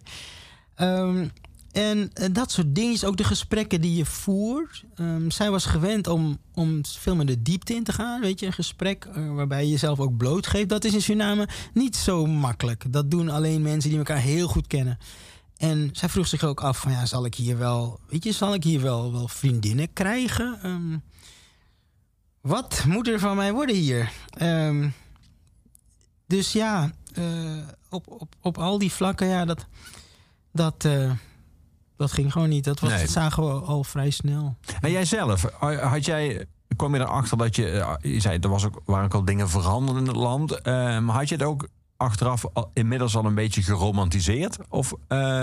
En dat soort dingen, ook de gesprekken die je voert. Zij was gewend om veel meer de diepte in te gaan. Weet je, een gesprek waarbij je jezelf ook blootgeeft. Dat is in Suriname niet zo makkelijk. Dat doen alleen mensen die elkaar heel goed kennen. En zij vroeg zich ook af van ja, zal ik hier wel vriendinnen krijgen? Wat moet er van mij worden hier? Dus ja, op al die vlakken, ja, dat ging gewoon niet. Dat zagen we al vrij snel. En jij zelf, kwam je erachter dat je zei, waren ook al dingen veranderd in het land. Maar had je het ook achteraf inmiddels al een beetje geromantiseerd? Of,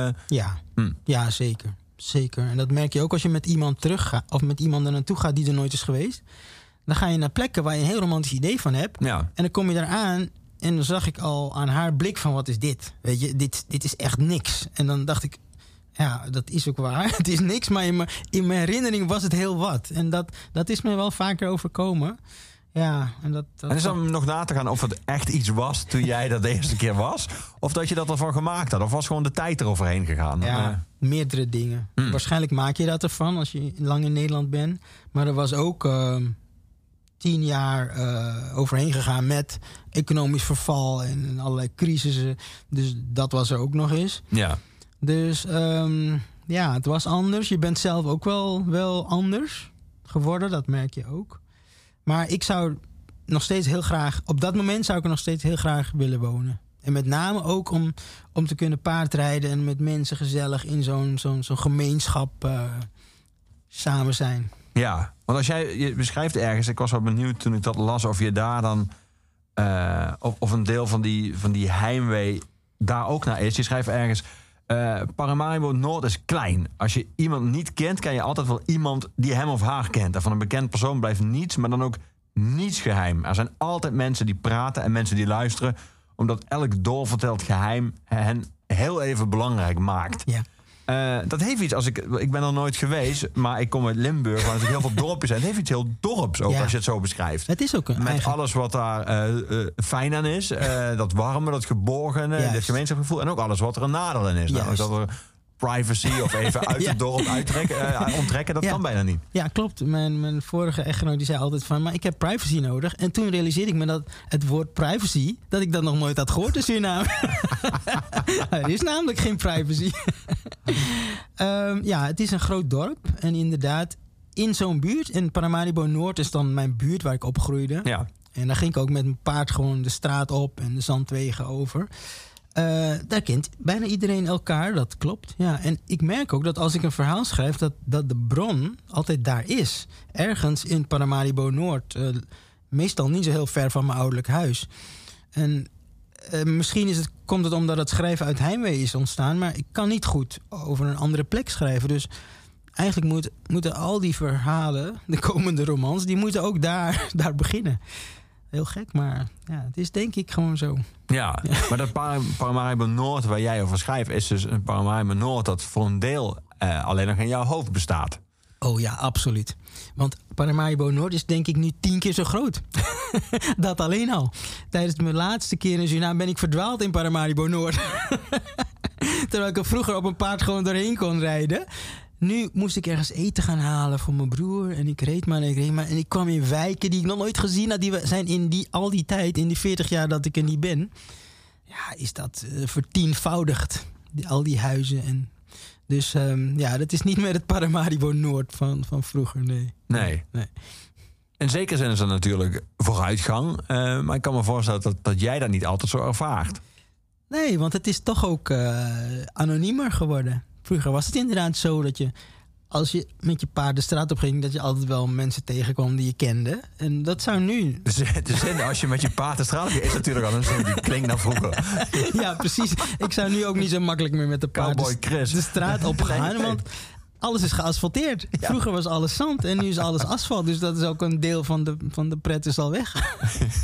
Ja, zeker. Zeker. En dat merk je ook als je met iemand teruggaat of met iemand er naartoe gaat die er nooit is geweest. Dan ga je naar plekken waar je een heel romantisch idee van hebt. Ja. En dan kom je eraan en dan zag ik al aan haar blik van wat is dit? Weet je, dit is echt niks. En dan dacht ik, ja, dat is ook waar. Het is niks, maar in mijn herinnering was het heel wat. En dat is me wel vaker overkomen. Ja, en is dan nog na te gaan of het echt iets was toen jij dat de eerste keer was? Of dat je dat ervan gemaakt had? Of was gewoon de tijd eroverheen gegaan? Ja, meerdere dingen. Waarschijnlijk maak je dat ervan als je lang in Nederland bent. Maar er was ook 10 jaar overheen gegaan met economisch verval en allerlei crisissen. Dus dat was er ook nog eens. Ja. Dus ja, het was anders. Je bent zelf ook wel anders geworden, dat merk je ook. Maar ik zou nog steeds heel graag, op dat moment zou ik er nog steeds heel graag willen wonen. En met name ook om te kunnen paardrijden en met mensen gezellig in zo'n gemeenschap samen zijn. Ja, want je beschrijft ergens, ik was wel benieuwd toen ik dat las, of je daar dan, of een deel van die heimwee daar ook naar is. Je schrijft ergens, Paramaribo Noord is klein. Als je iemand niet kent, ken je altijd wel iemand die hem of haar kent. En van een bekend persoon blijft niets, maar dan ook niets geheim. Er zijn altijd mensen die praten en mensen die luisteren, omdat elk doorverteld geheim hen heel even belangrijk maakt. Ja. Dat heeft iets, ik ben er nooit geweest, maar ik kom uit Limburg, waar natuurlijk heel veel dorpjes zijn. Het heeft iets heel dorps ook, als je het zo beschrijft. Het is ook een met alles wat daar fijn aan is. Dat warme, dat geborgene, dit gemeenschapsgevoel. En ook alles wat er een nadeel in is. Namelijk dat er privacy of even uit het dorp onttrekken, dat kan bijna niet. Ja, klopt. Mijn vorige echtgenoot die zei altijd van, maar ik heb privacy nodig. En toen realiseerde ik me dat het woord privacy, dat ik dat nog nooit had gehoord in Suriname. Er is namelijk geen privacy. Ja, het is een groot dorp. En inderdaad, in zo'n buurt, en Paramaribo Noord is dan mijn buurt waar ik opgroeide. Ja. En daar ging ik ook met mijn paard gewoon de straat op en de zandwegen over. Daar kent bijna iedereen elkaar, dat klopt. Ja, en ik merk ook dat als ik een verhaal schrijf, dat de bron altijd daar is. Ergens in Paramaribo Noord. Meestal niet zo heel ver van mijn ouderlijk huis. En misschien komt het omdat het schrijven uit heimwee is ontstaan, maar ik kan niet goed over een andere plek schrijven. Dus eigenlijk moeten al die verhalen, de komende romans, die moeten ook daar beginnen. Heel gek, maar ja, het is denk ik gewoon zo. Ja, maar dat Paramaribo Noord waar jij over schrijft, is dus een Paramaribo Noord dat voor een deel alleen nog in jouw hoofd bestaat. Oh ja, absoluut. Want Paramaribo Noord is denk ik nu 10 keer zo groot. Dat alleen al. Tijdens mijn laatste keer in Suriname ben ik verdwaald in Paramaribo Noord. Terwijl ik er vroeger op een paard gewoon doorheen kon rijden. Nu moest ik ergens eten gaan halen voor mijn broer. En ik reed maar. En ik kwam in wijken die ik nog nooit gezien had. Die zijn in al die tijd, in die 40 jaar dat ik er niet ben. Ja, is dat vertienvoudigd. Al die huizen. En dus ja, dat is niet meer het Paramaribo Noord van vroeger. Nee. En zeker zijn ze natuurlijk vooruitgang. Maar ik kan me voorstellen dat jij dat niet altijd zo ervaart. Nee, want het is toch ook anoniemer geworden. Vroeger was het inderdaad zo dat je, als je met je paard de straat op ging, dat je altijd wel mensen tegenkwam die je kende. En dat zou nu... De zin, als je met je paard de straat op ging, is natuurlijk al een zin die klinkt naar vroeger. Ja, precies. Ik zou nu ook niet zo makkelijk meer met de paard de straat op gaan. Nee. Want alles is geasfalteerd. Ja. Vroeger was alles zand en nu is alles asfalt. Dus dat is ook een deel van de pret is al weg.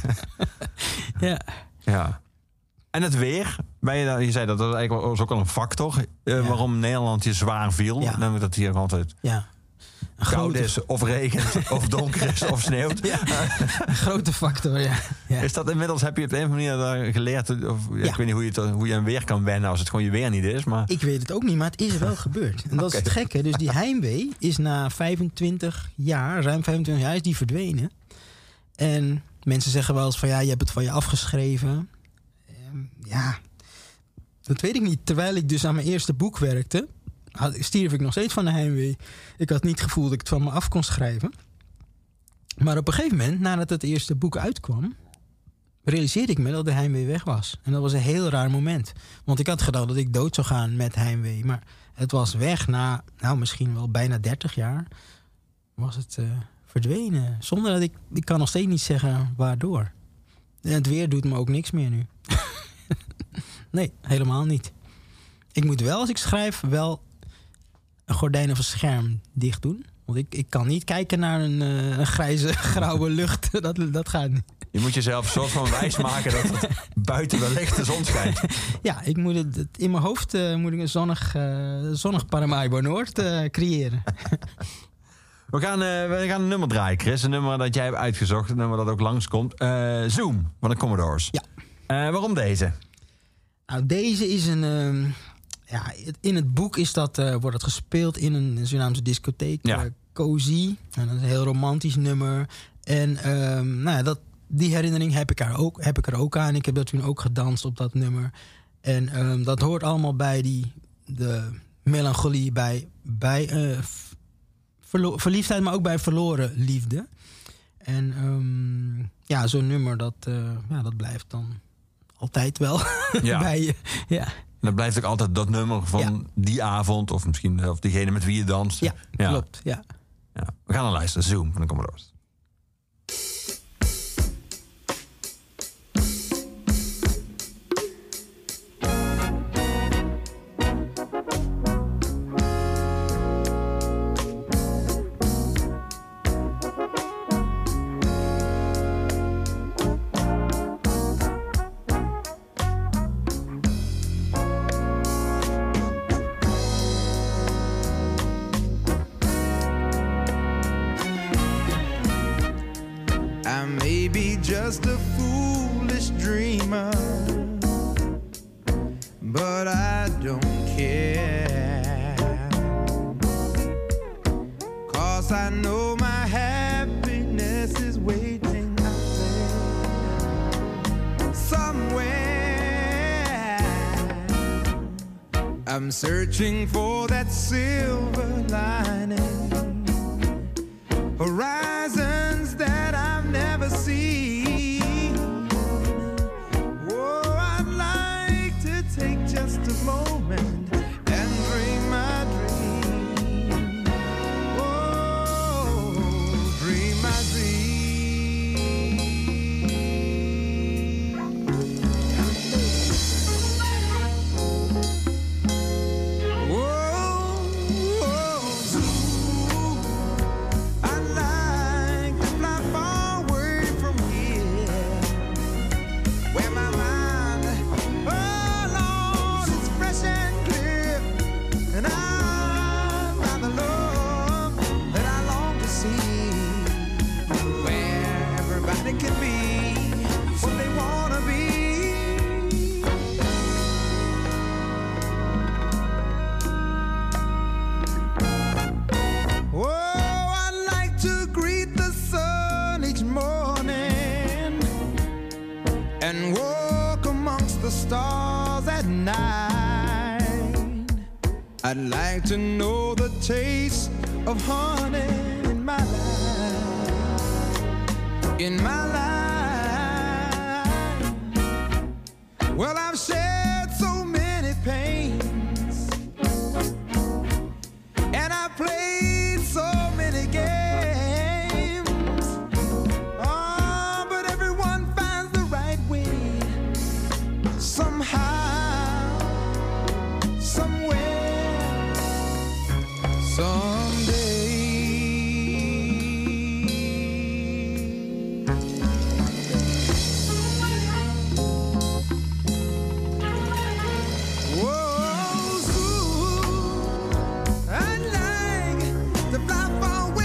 Ja. En het weer, je zei dat eigenlijk was ook al een factor waarom Nederland je zwaar viel. Ja. Namelijk dat hier altijd koud is of regent of donker is of sneeuwt. Ja, een grote factor, ja. Is dat inmiddels, heb je op de een of andere manier geleerd? Of, Ja. Ik weet niet hoe je aan weer kan wennen als het gewoon je weer niet is. Maar Ik weet het ook niet, maar het is wel gebeurd. En dat is het gekke. Dus die heimwee is na 25 jaar, ruim 25 jaar, is die verdwenen. En mensen zeggen wel eens van ja, je hebt het van je afgeschreven. Ja, dat weet ik niet. Terwijl ik dus aan mijn eerste boek werkte, stierf ik nog steeds van de heimwee. Ik had niet het gevoel dat ik het van me af kon schrijven. Maar op een gegeven moment, nadat het eerste boek uitkwam, realiseerde ik me dat de heimwee weg was. En dat was een heel raar moment. Want ik had gedacht dat ik dood zou gaan met heimwee. Maar het was weg na, misschien wel bijna 30 jaar. Was het verdwenen. Zonder dat ik kan nog steeds niet zeggen waardoor. En het weer doet me ook niks meer nu. Nee, helemaal niet. Ik moet wel, als ik schrijf, wel een gordijn of een scherm dicht doen. Want ik kan niet kijken naar een grijze, grauwe lucht. Dat gaat niet. je moet jezelf een soort van wijs maken dat het buiten wellicht de zon schijnt. Ja, ik moet het in mijn hoofd moet ik een zonnig Paramaribo Noord creëren. We gaan een nummer draaien, Chris. Een nummer dat jij hebt uitgezocht. Een nummer dat ook langskomt. Zoom van de Commodores. Ja. Waarom deze? Nou, deze is een... in het boek wordt het gespeeld in een Surinaamse discotheek. Ja. Cozy. En dat is een heel romantisch nummer. En die herinnering heb ik er ook aan. Ik heb dat toen ook gedanst op dat nummer. En dat hoort allemaal bij de melancholie, bij verliefdheid, maar ook bij verloren liefde. En zo'n nummer, dat blijft dan altijd wel Ja. bij je. Ja. En dat blijft ook altijd dat nummer van die avond. Of misschien of diegene met wie je danst. Ja, klopt. Ja. Ja. We gaan naar luisteren. Zoom van de Commodores. I may be just a foolish dreamer, but I don't care, 'cause I know my happiness is waiting out there somewhere. I'm searching for that silver lining, horizons that I've never seen. Oh, I'd like to take just a moment and dream my dream. Oh, dream my dream. Whoa, I'd like to fly far away from here, where my mind, oh Lord, is fresh and clear, and I'm by the love that I long to see, where everybody can be what they wanna be. Oh, I'd like to greet the sun each morning and walk amongst the stars at night. I'd like to know the taste of honey in my life, in my life. Well, I've shared so many pains, and I played so many games. Oh, but everyone finds the right way, somehow, somewhere, someday. Whoa, soon I'd like to fly far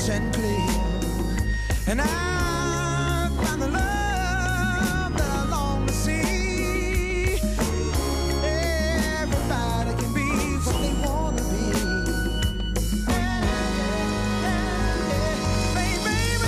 nice and clear. And I found the love that I long to see. Everybody can be what they want to be. Hey, baby.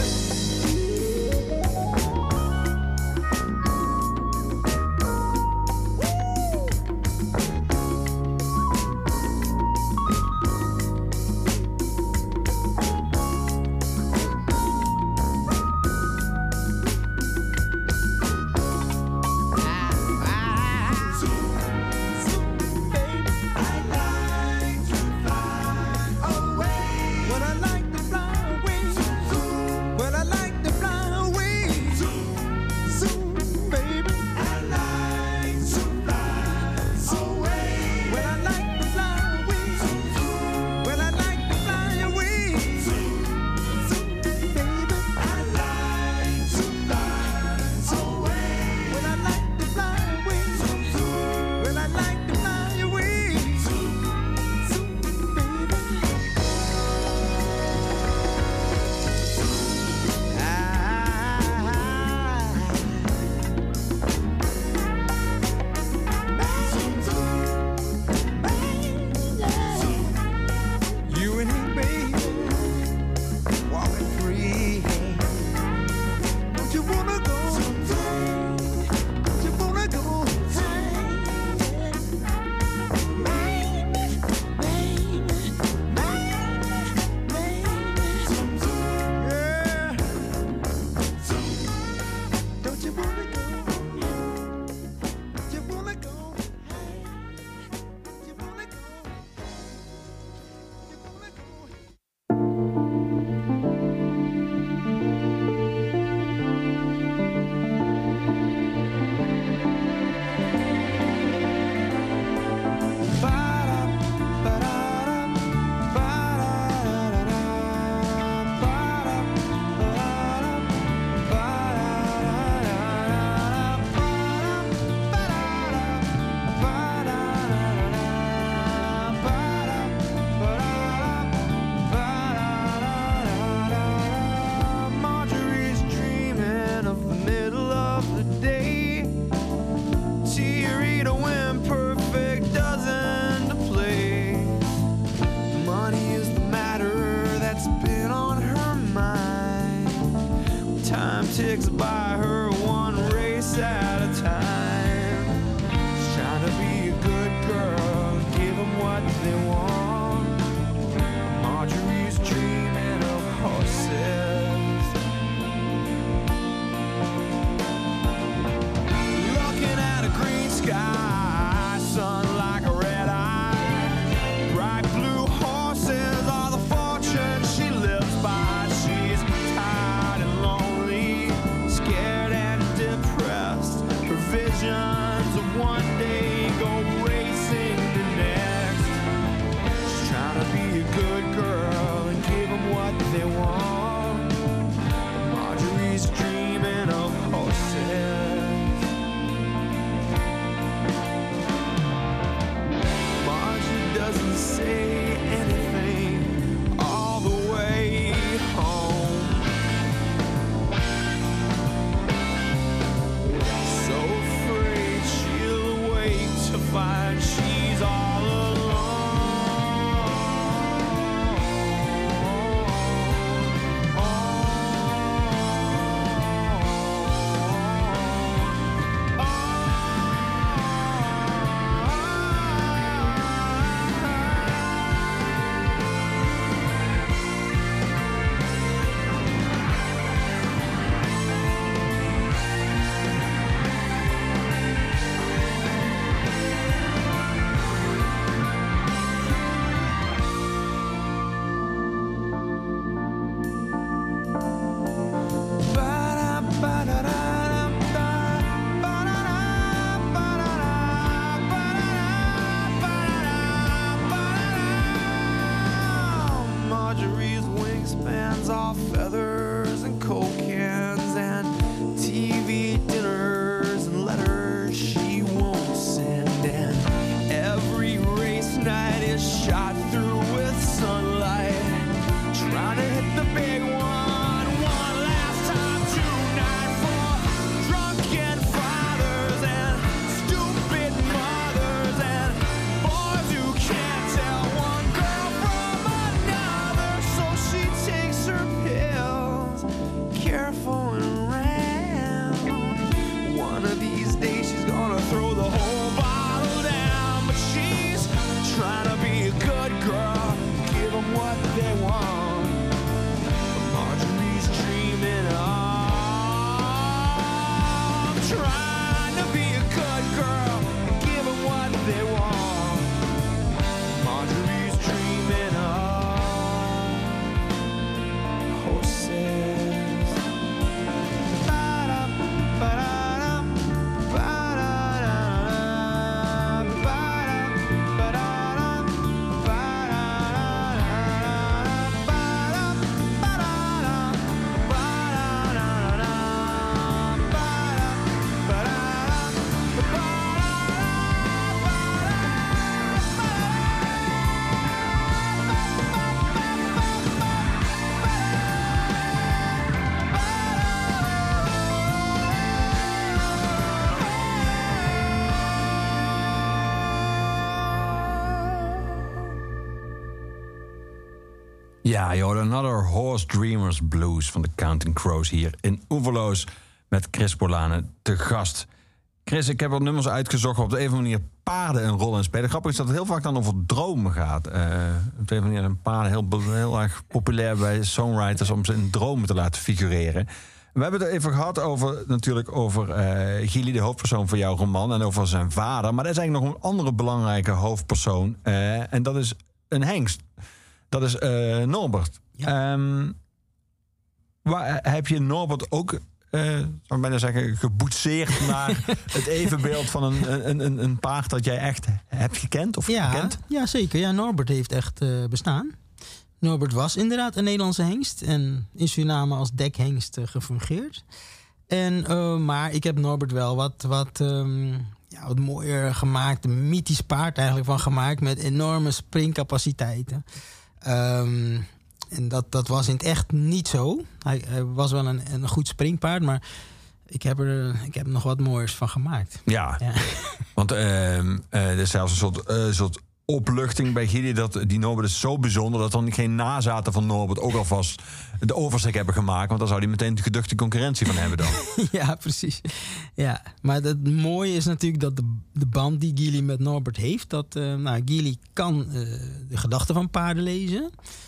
ticks by her one race at a time. She's trying to be a good girl, give them what they want. Marjorie's dreaming of horses, looking at a green sky, sun like a red eye. Bright blue horses are the fortune she lives by. She's tired and lonely, scared and depressed. Her visions of one day go racing the next. She's trying to be a good girl and give them what they want. Marjorie's dreaming of horses. Margie doesn't say anything all the way home. So afraid she'll wake to find she's all alone. Marjorie's wingspans are feathers and coke cans and TV dinners and letters she won't send. And every race night is shot through with sunlight, trying to hit the big Ja, joh, Another Horse Dreamers Blues van de Counting Crows hier in Oeverloos met Chris Borlane te gast. Chris, ik heb wat nummers uitgezocht waar op de een of andere manier paarden een rol in spelen. Grappig is dat het heel vaak dan over dromen gaat. Op de een of andere manier zijn paarden heel erg populair bij songwriters om ze in dromen te laten figureren. We hebben het even gehad over Gili, de hoofdpersoon van jouw roman, en over zijn vader. Maar er is eigenlijk nog een andere belangrijke hoofdpersoon. En dat is een hengst. Dat is Norbert. Ja. Heb je Norbert ook, zou ik bijna zeggen, geboetseerd naar het evenbeeld van een paard dat jij echt hebt gekend of gekend? Ja, zeker. Ja, Norbert heeft echt bestaan. Norbert was inderdaad een Nederlandse hengst en in Suriname als dekhengst gefungeerd. Maar ik heb Norbert wel wat mooier gemaakt, een mythisch paard eigenlijk van gemaakt met enorme springcapaciteiten. En dat was in het echt niet zo. Hij was wel een goed springpaard, maar ik heb er nog wat mooiers van gemaakt. Ja. Want er is zelfs een soort opluchting bij Gili dat die Norbert is zo bijzonder dat dan geen nazaten van Norbert ook alvast de oversteek hebben gemaakt, want dan zou hij meteen de geduchte concurrentie van hebben dan. Ja, precies. Ja, maar het mooie is natuurlijk dat de band die Gili met Norbert heeft, dat Gili kan de gedachten van paarden lezen.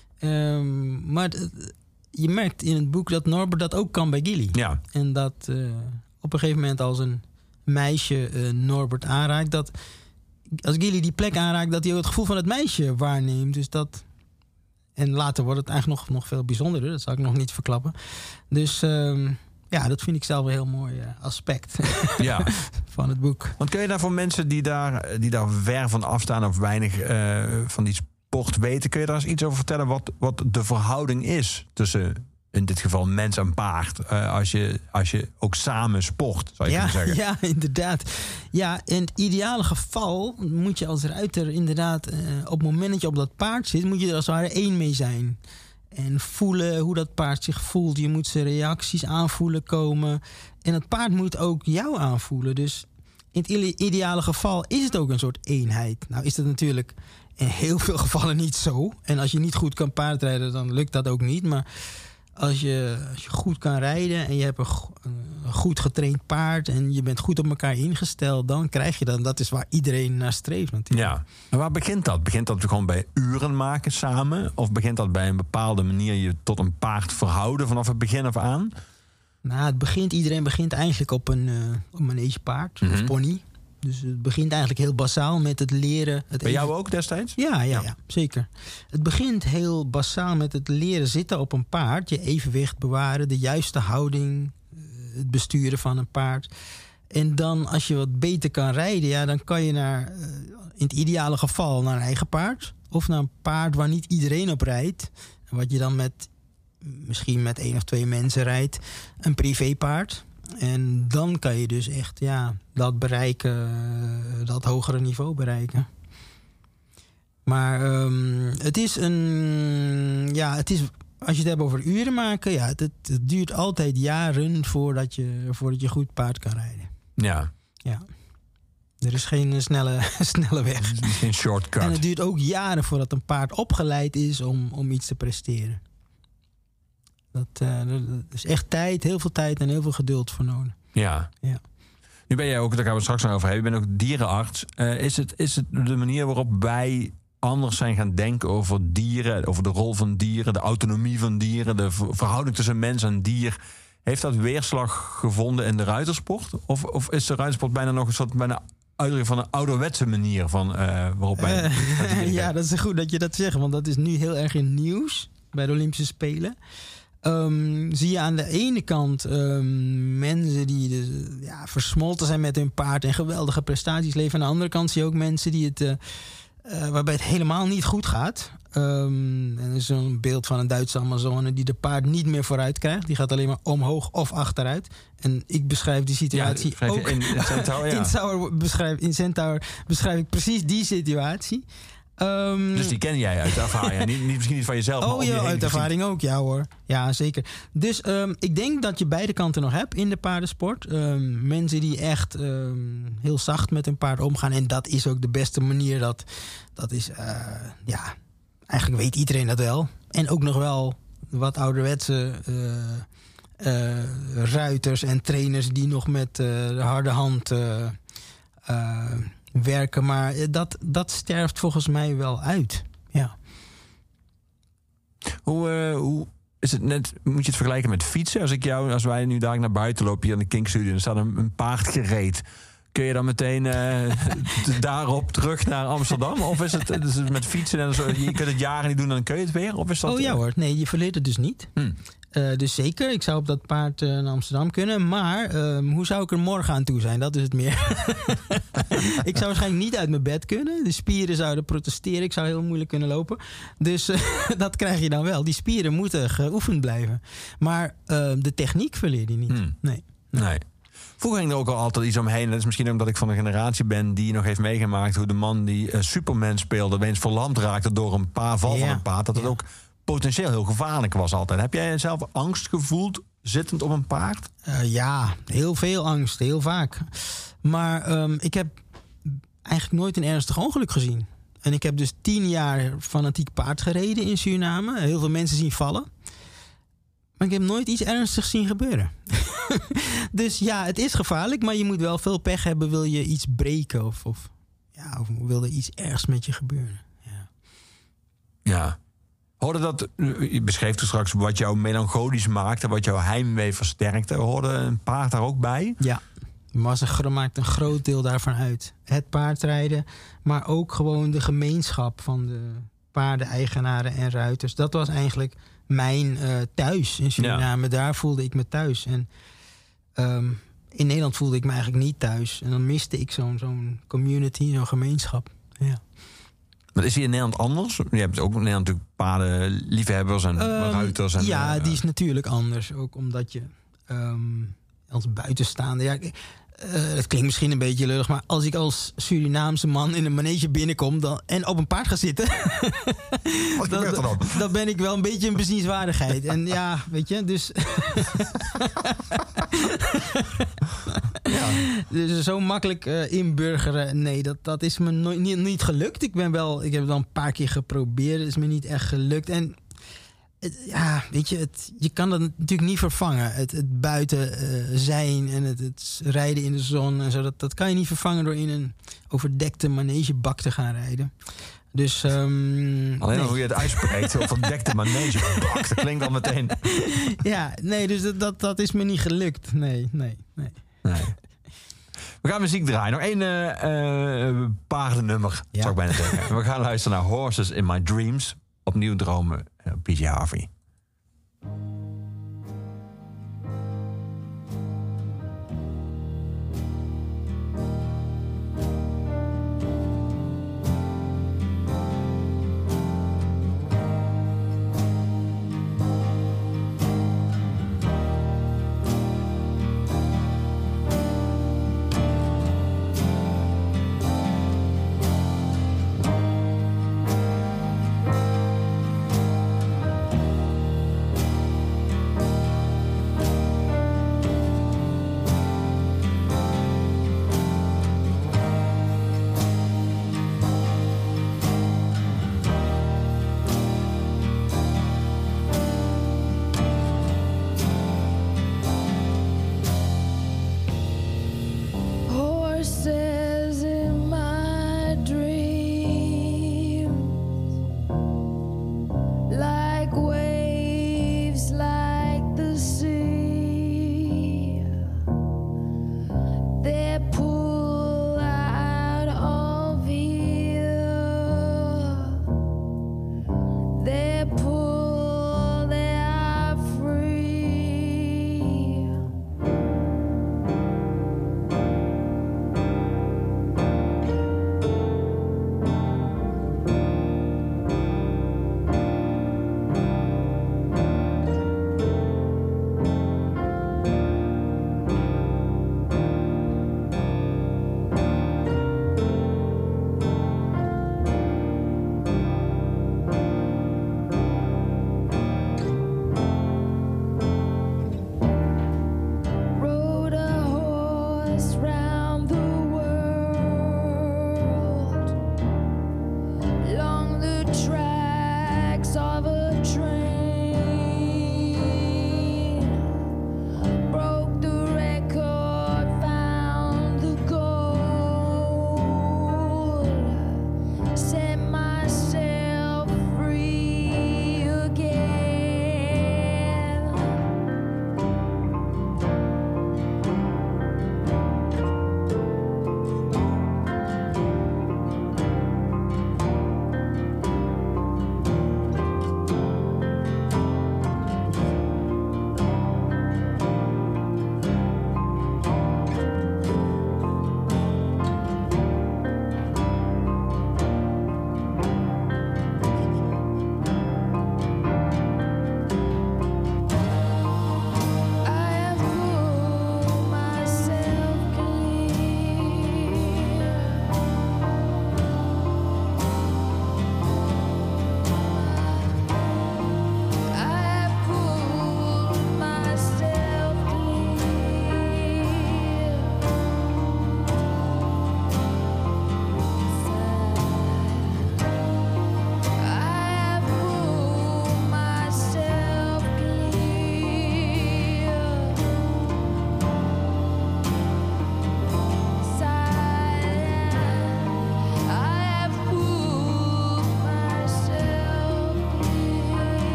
Maar je merkt in het boek dat Norbert dat ook kan bij Gili. Ja. En dat op een gegeven moment als een meisje Norbert aanraakt, dat als Gili die plek aanraakt, dat hij ook het gevoel van het meisje waarneemt. Dus dat. En later wordt het eigenlijk nog veel bijzonderder. Dat zal ik nog niet verklappen. Dus dat vind ik zelf een heel mooi aspect van het boek. Want kun je daar voor mensen die daar ver van afstaan of weinig van die sport weten, kun je daar eens iets over vertellen wat de verhouding is tussen in dit geval mens en paard, als je ook samen sport, zou je kunnen zeggen. Ja, inderdaad. Ja, in het ideale geval moet je als ruiter inderdaad op het moment dat je op dat paard zit, moet je er als het ware één mee zijn. En voelen hoe dat paard zich voelt. Je moet zijn reacties aanvoelen komen. En het paard moet ook jou aanvoelen. Dus in het ideale geval is het ook een soort eenheid. Nou is dat natuurlijk in heel veel gevallen niet zo. En als je niet goed kan paardrijden, dan lukt dat ook niet. Maar als je goed kan rijden en je hebt een goed getraind paard en je bent goed op elkaar ingesteld, dan krijg je dat. Dat is waar iedereen naar streeft natuurlijk. Ja. En waar begint dat? Begint dat gewoon bij uren maken samen? Of begint dat bij een bepaalde manier je tot een paard verhouden vanaf het begin af aan? Nou, iedereen begint eigenlijk op een manegepaard of pony. Dus het begint eigenlijk heel basaal met het leren. Bij jou ook destijds? Ja, zeker. Het begint heel basaal met het leren zitten op een paard. Je evenwicht bewaren, de juiste houding, het besturen van een paard. En dan als je wat beter kan rijden, dan kan je in het ideale geval naar een eigen paard. Of naar een paard waar niet iedereen op rijdt. Wat je dan misschien met 1 of 2 mensen rijdt. Een privépaard. En dan kan je dus echt dat bereiken, dat hogere niveau bereiken. Maar het is als je het hebt over uren maken, het duurt altijd jaren voordat je goed paard kan rijden. Ja. Er is geen snelle weg. Geen shortcut. En het duurt ook jaren voordat een paard opgeleid is om iets te presteren. Er is echt heel veel tijd en heel veel geduld voor nodig. Ja. Nu ben jij ook, daar gaan we het straks nog over hebben, je bent ook dierenarts. Is het de manier waarop wij anders zijn gaan denken over dieren, over de rol van dieren, de autonomie van dieren, de verhouding tussen mens en dier, heeft dat weerslag gevonden in de ruitersport? Of is de ruitersport bijna nog een soort uitdrukking van een ouderwetse manier van waarop wij... Ja, dat is goed dat je dat zegt, want dat is nu heel erg in nieuws bij de Olympische Spelen. Zie je aan de ene kant mensen die versmolten zijn met hun paard en geweldige prestaties leveren. Aan de andere kant zie je ook mensen die waarbij het helemaal niet goed gaat. En er is zo'n beeld van een Duitse Amazone die de paard niet meer vooruit krijgt. Die gaat alleen maar omhoog of achteruit. En ik beschrijf die situatie ook. In Centaur, in Centaur beschrijf ik precies die situatie. Dus die ken jij uit ervaring. Misschien niet van jezelf. Oh ja, uit ervaring ook. Ja hoor. Ja, zeker. Dus ik denk dat je beide kanten nog hebt in de paardensport. Mensen die echt heel zacht met hun paard omgaan. En dat is ook de beste manier. Dat is eigenlijk weet iedereen dat wel. En ook nog wel wat ouderwetse ruiters en trainers die nog met de harde hand werken. Maar dat sterft volgens mij wel uit. Ja. Hoe is het net? Moet je het vergelijken met fietsen? Als wij nu daar naar buiten lopen hier in de Kink Studio, dan staat een paard gereed. Kun je dan meteen daarop terug naar Amsterdam? Of is het met fietsen en zo, je kunt het jaren niet doen en dan kun je het weer? Of is dat, Oh ja hoor, nee, je verleert het dus niet. Dus zeker, ik zou op dat paard naar Amsterdam kunnen. Maar hoe zou ik er morgen aan toe zijn? Dat is het meer. Ik zou waarschijnlijk niet uit mijn bed kunnen. De spieren zouden protesteren. Ik zou heel moeilijk kunnen lopen. Dus dat krijg je dan wel. Die spieren moeten geoefend blijven. Maar de techniek verleer je niet. Nee. Vroeger ging er ook al altijd iets omheen. Dat is misschien omdat ik van een generatie ben die nog heeft meegemaakt hoe de man die Superman speelde opeens verlamd raakte door een val van een paard. Dat het ook potentieel heel gevaarlijk was altijd. Heb jij zelf angst gevoeld zittend op een paard? Ja, heel veel angst, heel vaak. Maar ik heb eigenlijk nooit een ernstig ongeluk gezien. En ik heb dus 10 jaar fanatiek paard gereden in Suriname. Heel veel mensen zien vallen. Maar ik heb nooit iets ernstigs zien gebeuren. Dus ja, het is gevaarlijk, maar je moet wel veel pech hebben. Wil je iets breken of wil er iets ergs met je gebeuren? Ja. Hoorde dat, je beschreef toen straks wat jou melancholisch maakte, wat jouw heimwee versterkte. Hoorde een paard daar ook bij? Ja, maakt een groot deel daarvan uit. Het paardrijden, maar ook gewoon de gemeenschap van de paardeneigenaren en ruiters. Dat was eigenlijk mijn thuis in Suriname. Ja. Daar voelde ik me thuis. En in Nederland voelde ik me eigenlijk niet thuis. En dan miste ik zo'n community, zo'n gemeenschap. Ja. Maar is die in Nederland anders? Je hebt ook in Nederland natuurlijk paardenliefhebbers en ruiters. En, die is natuurlijk anders. Ook omdat je als buitenstaander... Ja, het klinkt misschien een beetje lullig, maar als ik als Surinaamse man in een manege binnenkom en op een paard ga zitten... dan ben ik wel een beetje een bezienswaardigheid. En ja, weet je, dus... Dus zo makkelijk inburgeren, nee, dat is me niet gelukt. Ik heb het wel een paar keer geprobeerd, het is me niet echt gelukt. En weet je, je kan dat natuurlijk niet vervangen. Het buiten zijn en het rijden in de zon en zo, dat kan je niet vervangen door in een overdekte manegebak te gaan rijden. Dus, alleen hoe je het uitspreekt, overdekte manegebak, dat klinkt al meteen. Ja, nee, dus dat is me niet gelukt. Nee. We gaan muziek draaien. Nog één paardennummer, zou ik bijna zeggen. We gaan luisteren naar Horses in My Dreams. Opnieuw dromen, PJ Harvey.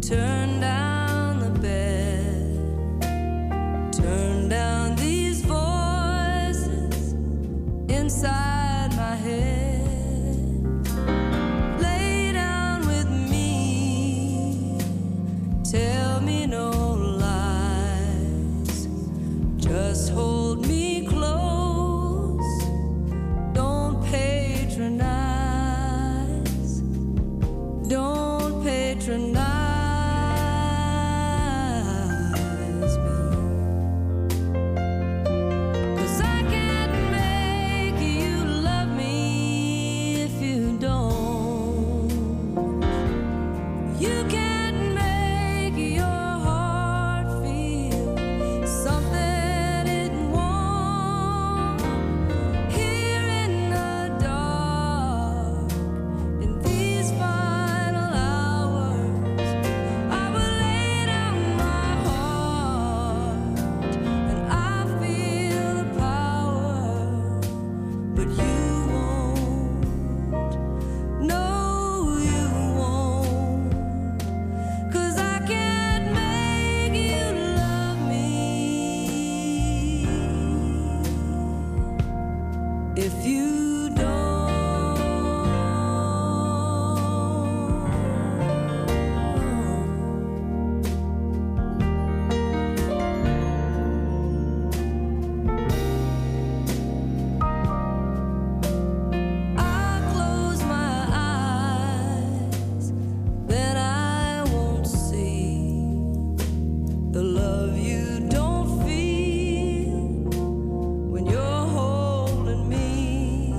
Turn down the bed, turn down these voices inside my head. Lay down with me, tell me no lies, just hold me close, don't patronize, don't patronize. If you I close my eyes, then I won't see the love you don't feel when you're holding me.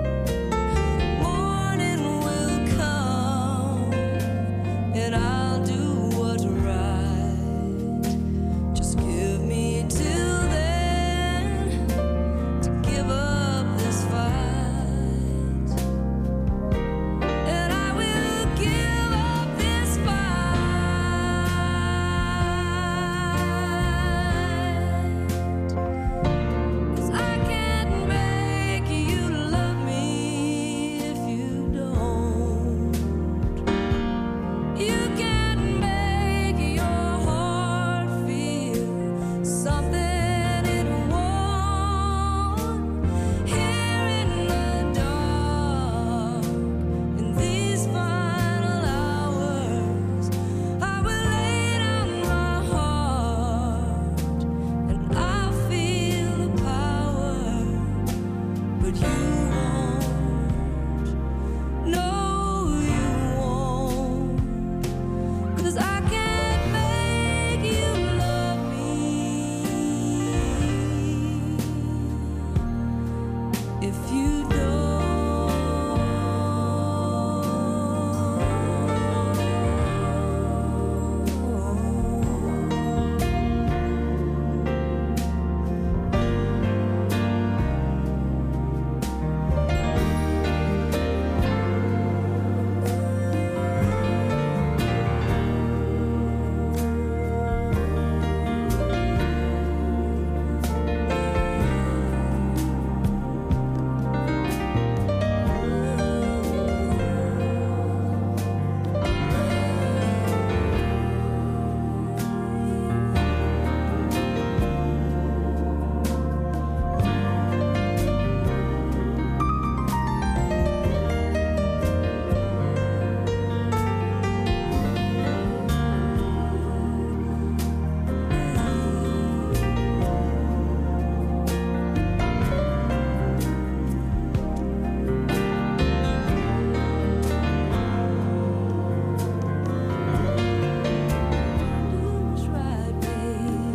Morning will come and I'll do what's right. Just give me till then to give up this fight, and I will give up this fight, 'cause I can't make you love me if you don't. You can't make your heart feel something it won't. Here in the dark, in these final hours, I will lay down my heart and I'll feel the power, but you won't. No, you won't. 'Cause I can't make you love me if you do right, baby.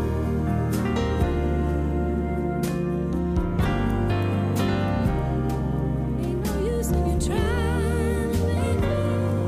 Ain't no use in you trying to make me.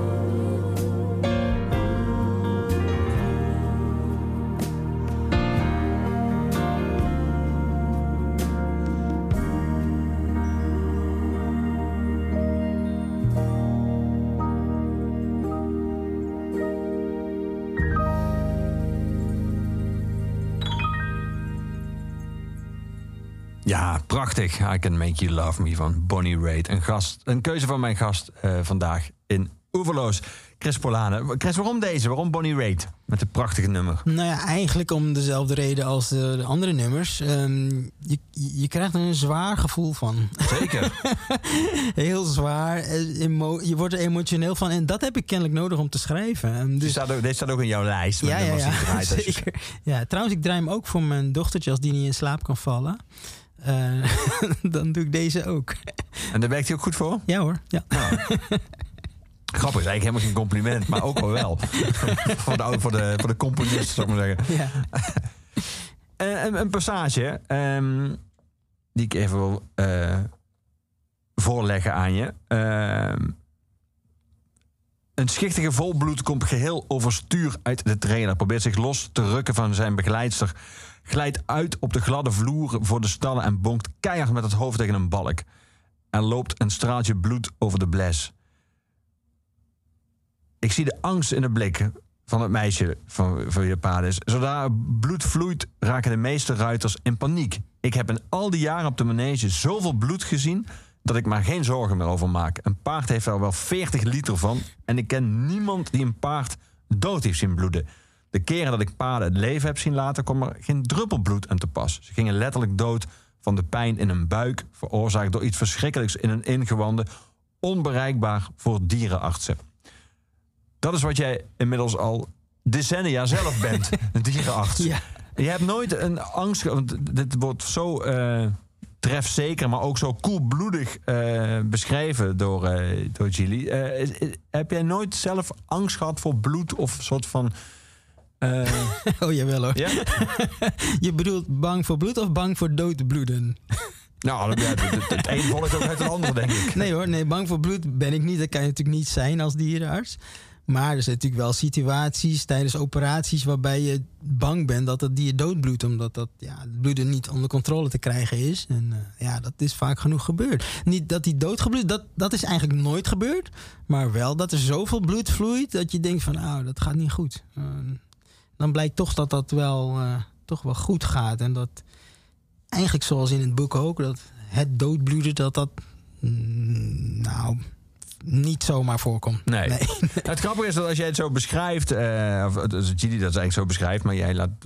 Ja, prachtig. I Can Make You Love Me van Bonnie Raitt. Een keuze van mijn gast vandaag in Oeverloos. Chris Polane. Chris, waarom deze? Waarom Bonnie Raitt? Met een prachtige nummer. Nou ja, eigenlijk om dezelfde reden als de andere nummers. Je krijgt er een zwaar gevoel van. Zeker. Heel zwaar. Je wordt er emotioneel van. En dat heb ik kennelijk nodig om te schrijven. Dus... Dit staat ook in jouw lijst. Met nummers die je draait als je- zeker. Ja, trouwens, ik draai hem ook voor mijn dochtertje als die niet in slaap kan vallen. Dan doe ik deze ook. En daar werkt hij ook goed voor? Ja hoor, ja. Grappig, is eigenlijk helemaal geen compliment, maar ook wel. voor de componist, zou ik maar zeggen. Ja. Een passage die ik even wil voorleggen aan je. Een schichtige volbloed komt geheel overstuur uit de trailer. Probeert zich los te rukken van zijn begeleidster. Glijdt uit op de gladde vloer voor de stallen en bonkt keihard met het hoofd tegen een balk. Er loopt een straaltje bloed over de bles. Ik zie de angst in de blik van het meisje van je paarden. Zodra er bloed vloeit, raken de meeste ruiters in paniek. Ik heb in al die jaren op de manege zoveel bloed gezien dat ik maar geen zorgen meer over maak. Een paard heeft er wel 40 liter van en ik ken niemand die een paard dood heeft zien bloeden. De keren dat ik paarden het leven heb zien laten, kwam er geen druppel bloed aan te pas. Ze gingen letterlijk dood van de pijn in hun buik, veroorzaakt door iets verschrikkelijks in hun ingewanden, onbereikbaar voor dierenartsen. Dat is wat jij inmiddels al decennia zelf bent, een dierenarts. Ja. Je hebt nooit een angst, want dit wordt zo trefzeker, maar ook zo koelbloedig beschreven door Gilly. Heb jij nooit zelf angst gehad voor bloed of een soort van... Oh jawel hoor. Ja? Je bedoelt bang voor bloed of bang voor dood bloeden? Nou, het een volgt ook uit het ander, denk ik. Nee hoor, nee, bang voor bloed ben ik niet. Dat kan je natuurlijk niet zijn als dierenarts. Maar er zijn natuurlijk wel situaties tijdens operaties waarbij je bang bent dat het dier doodbloedt. Omdat het bloeden niet onder controle te krijgen is. En dat is vaak genoeg gebeurd. Niet dat hij doodgebloed, dat is eigenlijk nooit gebeurd. Maar wel dat er zoveel bloed vloeit dat je denkt van dat gaat niet goed. Dan blijkt toch dat dat wel goed gaat. En dat eigenlijk zoals in het boek ook, dat het doodbloeden, dat niet zomaar voorkomt. Nee. Het grappige is dat als jij het zo beschrijft, of Gilly dat eigenlijk zo beschrijft, maar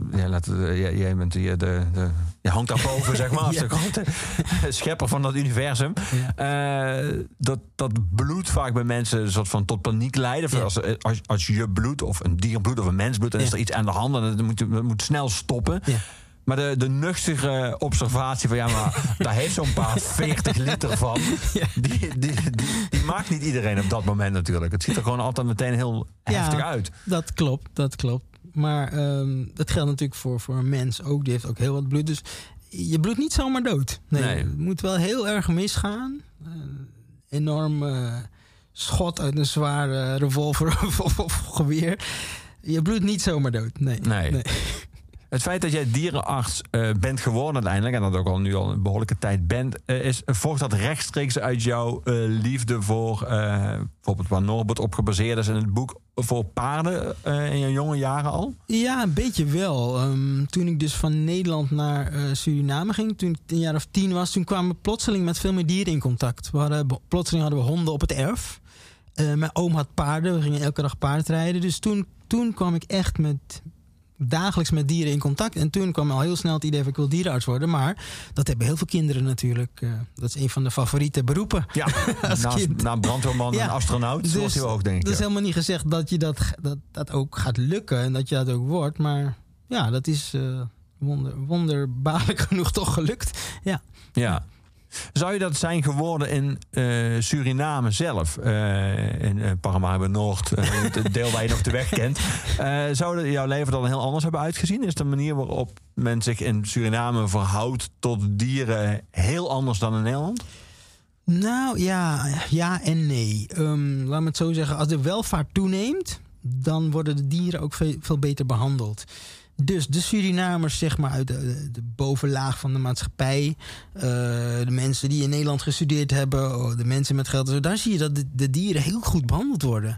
jij bent hier je hangt daarboven, zeg maar, als de grote schepper van dat universum. Ja. Dat bloed vaak bij mensen een soort van tot paniek leidt. Ja. Als je bloed of een dierbloed of een mensbloed, dan is er iets aan de hand en dat moet snel stoppen. Ja. Maar de nuchtere observatie van maar daar heeft zo'n paard 40 liter van. Ja. Die maakt niet iedereen op dat moment natuurlijk. Het ziet er gewoon altijd meteen heel heftig uit. Dat klopt. Maar dat geldt natuurlijk voor een mens ook. Die heeft ook heel wat bloed. Dus je bloedt niet zomaar dood. Nee. Het moet wel heel erg misgaan. Enorm schot uit een zware revolver of geweer. Je bloedt niet zomaar dood. Nee. Het feit dat jij dierenarts bent geworden uiteindelijk, en dat ook nu al een behoorlijke tijd bent, volgt dat rechtstreeks uit jouw liefde voor bijvoorbeeld waar Norbert op gebaseerd is in het boek, voor paarden in je jonge jaren al? Ja, een beetje wel. Toen ik dus van Nederland naar Suriname ging, toen ik een jaar of 10 was, toen kwamen we plotseling met veel meer dieren in contact. Plotseling hadden we honden op het erf. Mijn oom had paarden, we gingen elke dag paardrijden. Dus toen kwam ik echt dagelijks met dieren in contact. En toen kwam al heel snel het idee van ik wil dierenarts worden. Maar dat hebben heel veel kinderen natuurlijk. Dat is een van de favoriete beroepen. Ja, na brandweerman en astronaut. Dus, wordt hij ook, denk ik. Dat is helemaal niet gezegd dat je dat ook gaat lukken. En dat je dat ook wordt. Maar ja, dat is wonderbaarlijk genoeg toch gelukt. Ja. Zou je dat zijn geworden in Suriname zelf? In Paramaribo Noord, het deel waar je nog de weg kent. Zou jouw leven dan heel anders hebben uitgezien? Is de manier waarop men zich in Suriname verhoudt tot dieren heel anders dan in Nederland? Nou, ja en nee. Laat me het zo zeggen. Als de welvaart toeneemt, dan worden de dieren ook veel beter behandeld. Dus de Surinamers, zeg maar, uit de bovenlaag van de maatschappij, de mensen die in Nederland gestudeerd hebben, de mensen met geld, daar zie je dat de dieren heel goed behandeld worden.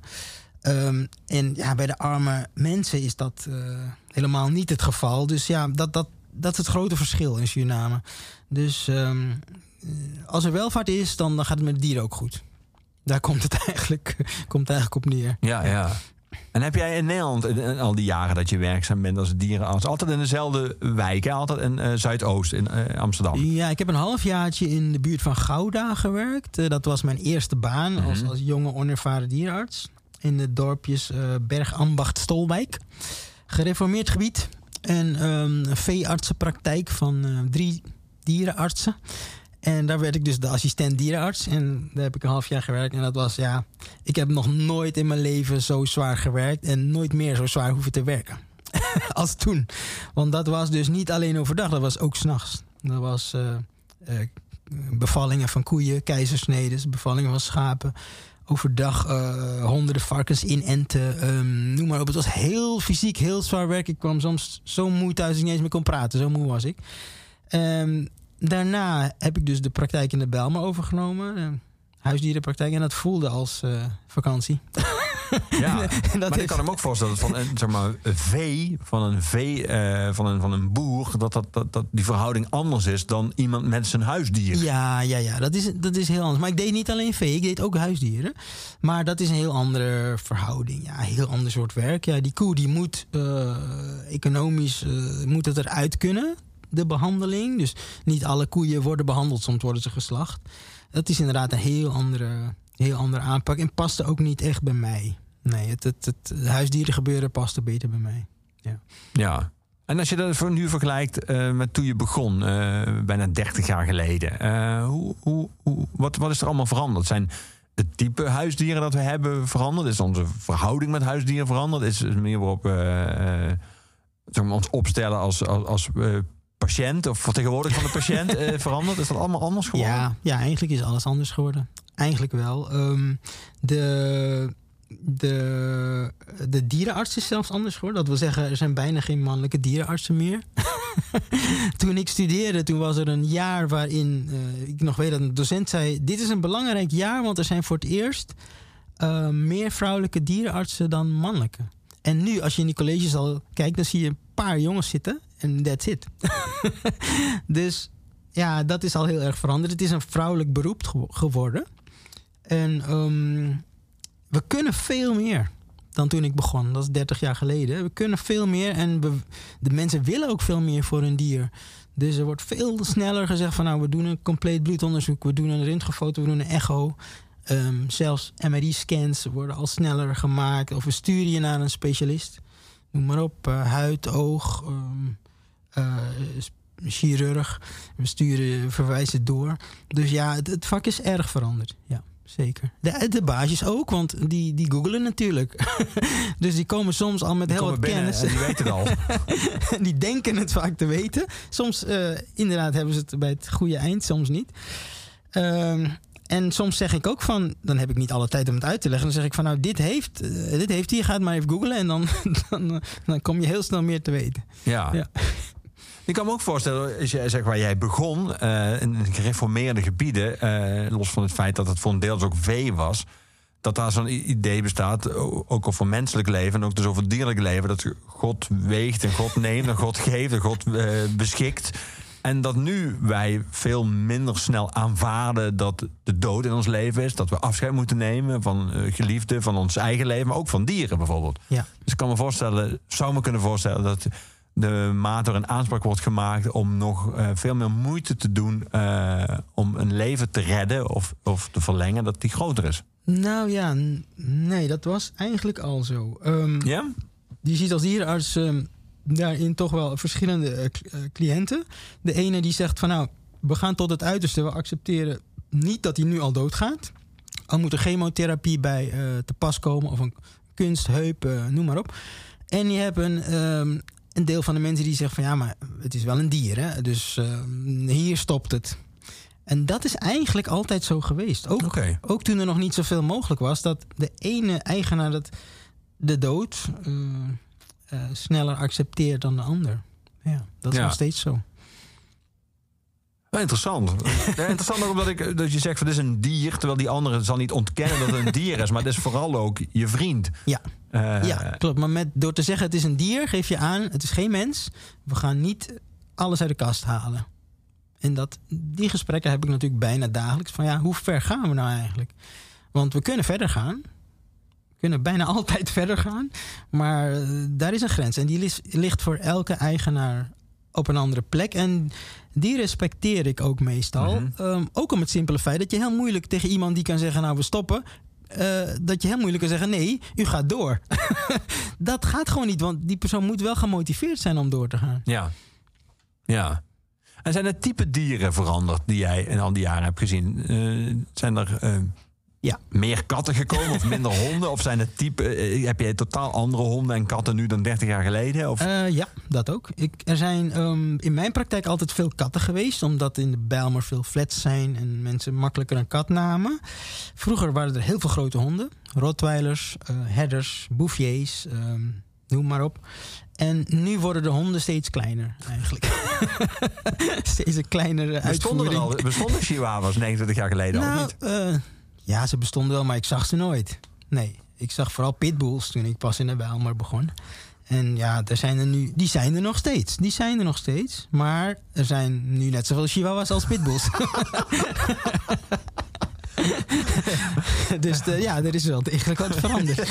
En bij de arme mensen is dat helemaal niet het geval. Dus ja, dat is het grote verschil in Suriname. Dus als er welvaart is, dan gaat het met de dieren ook goed. Daar komt het eigenlijk op neer. Ja. En heb jij in Nederland, in al die jaren dat je werkzaam bent als dierenarts, altijd in dezelfde wijk, hè? Altijd in Zuidoost, in Amsterdam? Ja, ik heb een halfjaartje in de buurt van Gouda gewerkt. Dat was mijn eerste baan als jonge onervaren dierenarts. In de dorpjes Bergambacht, Stolwijk. Gereformeerd gebied. En een veeartsenpraktijk van 3 dierenartsen. En daar werd ik dus de assistent dierenarts. En daar heb ik een half jaar gewerkt. En dat was, ik heb nog nooit in mijn leven zo zwaar gewerkt. En nooit meer zo zwaar hoeven te werken. Als toen. Want dat was dus niet alleen overdag. Dat was ook 's nachts. Dat was bevallingen van koeien, keizersnedes, bevallingen van schapen. Overdag honderden varkens inenten. Noem maar op. Het was heel fysiek, heel zwaar werk. Ik kwam soms zo moe thuis dat ik niet eens meer kon praten. Zo moe was ik. Daarna heb ik dus de praktijk in de Bijlmer overgenomen. Huisdierenpraktijk. En dat voelde als vakantie. Ja, maar ik kan hem ook voorstellen dat van een boer dat die verhouding anders is dan iemand met zijn huisdier. Ja. Dat is heel anders. Maar ik deed niet alleen vee, ik deed ook huisdieren. Maar dat is een heel andere verhouding. Ja, een heel ander soort werk. Ja, die koe die moet economisch moet het eruit kunnen, de behandeling. Dus niet alle koeien worden behandeld, soms worden ze geslacht. Dat is inderdaad een heel andere aanpak. En paste ook niet echt bij mij. Nee, het huisdierengebeuren paste beter bij mij. Ja. En als je dat voor nu vergelijkt met toen je begon, bijna 30 jaar geleden. Wat is er allemaal veranderd? Zijn het type huisdieren dat we hebben veranderd? Is onze verhouding met huisdieren veranderd? Is de manier waarop we ons opstellen als patiënt of vertegenwoordiger van de patiënt veranderd? Is dat allemaal anders geworden? Ja, eigenlijk is alles anders geworden. Eigenlijk wel. De dierenarts is zelfs anders geworden. Dat wil zeggen, er zijn bijna geen mannelijke dierenartsen meer. Toen ik studeerde, toen was er een jaar waarin ik nog weet dat een docent zei: dit is een belangrijk jaar, want er zijn voor het eerst meer vrouwelijke dierenartsen dan mannelijke. En nu, als je in die colleges al kijkt, dan zie je een paar jongens zitten en that's it. Dus ja, dat is al heel erg veranderd. Het is een vrouwelijk beroep geworden. En we kunnen veel meer dan toen ik begon. Dat is 30 jaar geleden. We kunnen veel meer en de mensen willen ook veel meer voor hun dier. Dus er wordt veel sneller gezegd van nou, we doen een compleet bloedonderzoek. We doen een röntgenfoto, we doen een echo. Zelfs MRI-scans worden al sneller gemaakt. Of we sturen je naar een specialist. Noem maar op, huid, oog, chirurg. We verwijzen door. Dus ja, het vak is erg veranderd. Ja, zeker. De baasjes ook, want die googelen natuurlijk. Dus die komen soms al met heel wat kennis. En die weten het al. Die denken het vaak te weten. Soms inderdaad hebben ze het bij het goede eind, soms niet. En soms zeg ik ook van, dan heb ik niet alle tijd om het uit te leggen. Dan zeg ik van nou, dit heeft hij, ga het maar even googlen. En dan kom je heel snel meer te weten. Ja. Ik kan me ook voorstellen, als je zegt waar jij begon, in gereformeerde gebieden, los van het feit dat het voor een deel ook vee was, dat daar zo'n idee bestaat, ook over menselijk leven en ook dus over dierlijk leven, dat God weegt en God neemt en God geeft en God beschikt. En dat nu wij veel minder snel aanvaarden dat de dood in ons leven is. Dat we afscheid moeten nemen van geliefden, van ons eigen leven. Maar ook van dieren bijvoorbeeld. Ja. Dus ik zou me kunnen voorstellen dat de mate er een aanspraak wordt gemaakt om nog veel meer moeite te doen om een leven te redden of te verlengen, dat die groter is. Nou ja, nee, dat was eigenlijk al zo. Ja? Je ziet als dierenarts daarin toch wel verschillende cliënten. De ene die zegt van nou, we gaan tot het uiterste. We accepteren niet dat hij nu al doodgaat. Al moet er chemotherapie bij te pas komen of een kunstheup, noem maar op. En je hebt een deel van de mensen die zegt van ja, maar het is wel een dier, hè? Dus hier stopt het. En dat is eigenlijk altijd zo geweest. Ook toen er nog niet zoveel mogelijk was, dat de ene eigenaar dat de dood sneller accepteert dan de ander. Ja, dat is nog steeds zo. Ja, interessant. Ja, interessant ook omdat dat je zegt van dit is een dier, terwijl die andere zal niet ontkennen dat het een dier is, maar het is vooral ook je vriend. Ja, ja, klopt. Maar door te zeggen het is een dier, geef je aan, het is geen mens. We gaan niet alles uit de kast halen. En die gesprekken heb ik natuurlijk bijna dagelijks. Van ja, hoe ver gaan we nou eigenlijk? Want we kunnen verder gaan. We kunnen bijna altijd verder gaan. Maar daar is een grens. En die ligt voor elke eigenaar op een andere plek. En die respecteer ik ook meestal. Ook om het simpele feit dat je heel moeilijk tegen iemand die kan zeggen... nou, we stoppen. Dat je heel moeilijk kan zeggen... nee, u gaat door. Dat gaat gewoon niet. Want die persoon moet wel gemotiveerd zijn om door te gaan. Ja. En zijn er type dieren veranderd die jij in al die jaren hebt gezien? Zijn er meer katten gekomen of minder honden? Of zijn het type, heb jij totaal andere honden en katten nu dan 30 jaar geleden? Of? Ja, dat ook. Er zijn in mijn praktijk altijd veel katten geweest. Omdat in de Bijlmer veel flats zijn en mensen makkelijker een kat namen. Vroeger waren er heel veel grote honden. Rottweilers, herders, bouviers, noem maar op. En nu worden de honden steeds kleiner, eigenlijk. Steeds een kleinere uitvoering. Bestonden chihuahuas 29 jaar geleden al niet? Ja, ze bestonden wel, maar ik zag ze nooit. Nee, ik zag vooral pitbulls toen ik pas in de Bijlmer begon. En ja, die zijn er nog steeds. Die zijn er nog steeds. Maar er zijn nu net zoveel chihuahuas als pitbulls. Dus er is wel degelijk wat veranderd.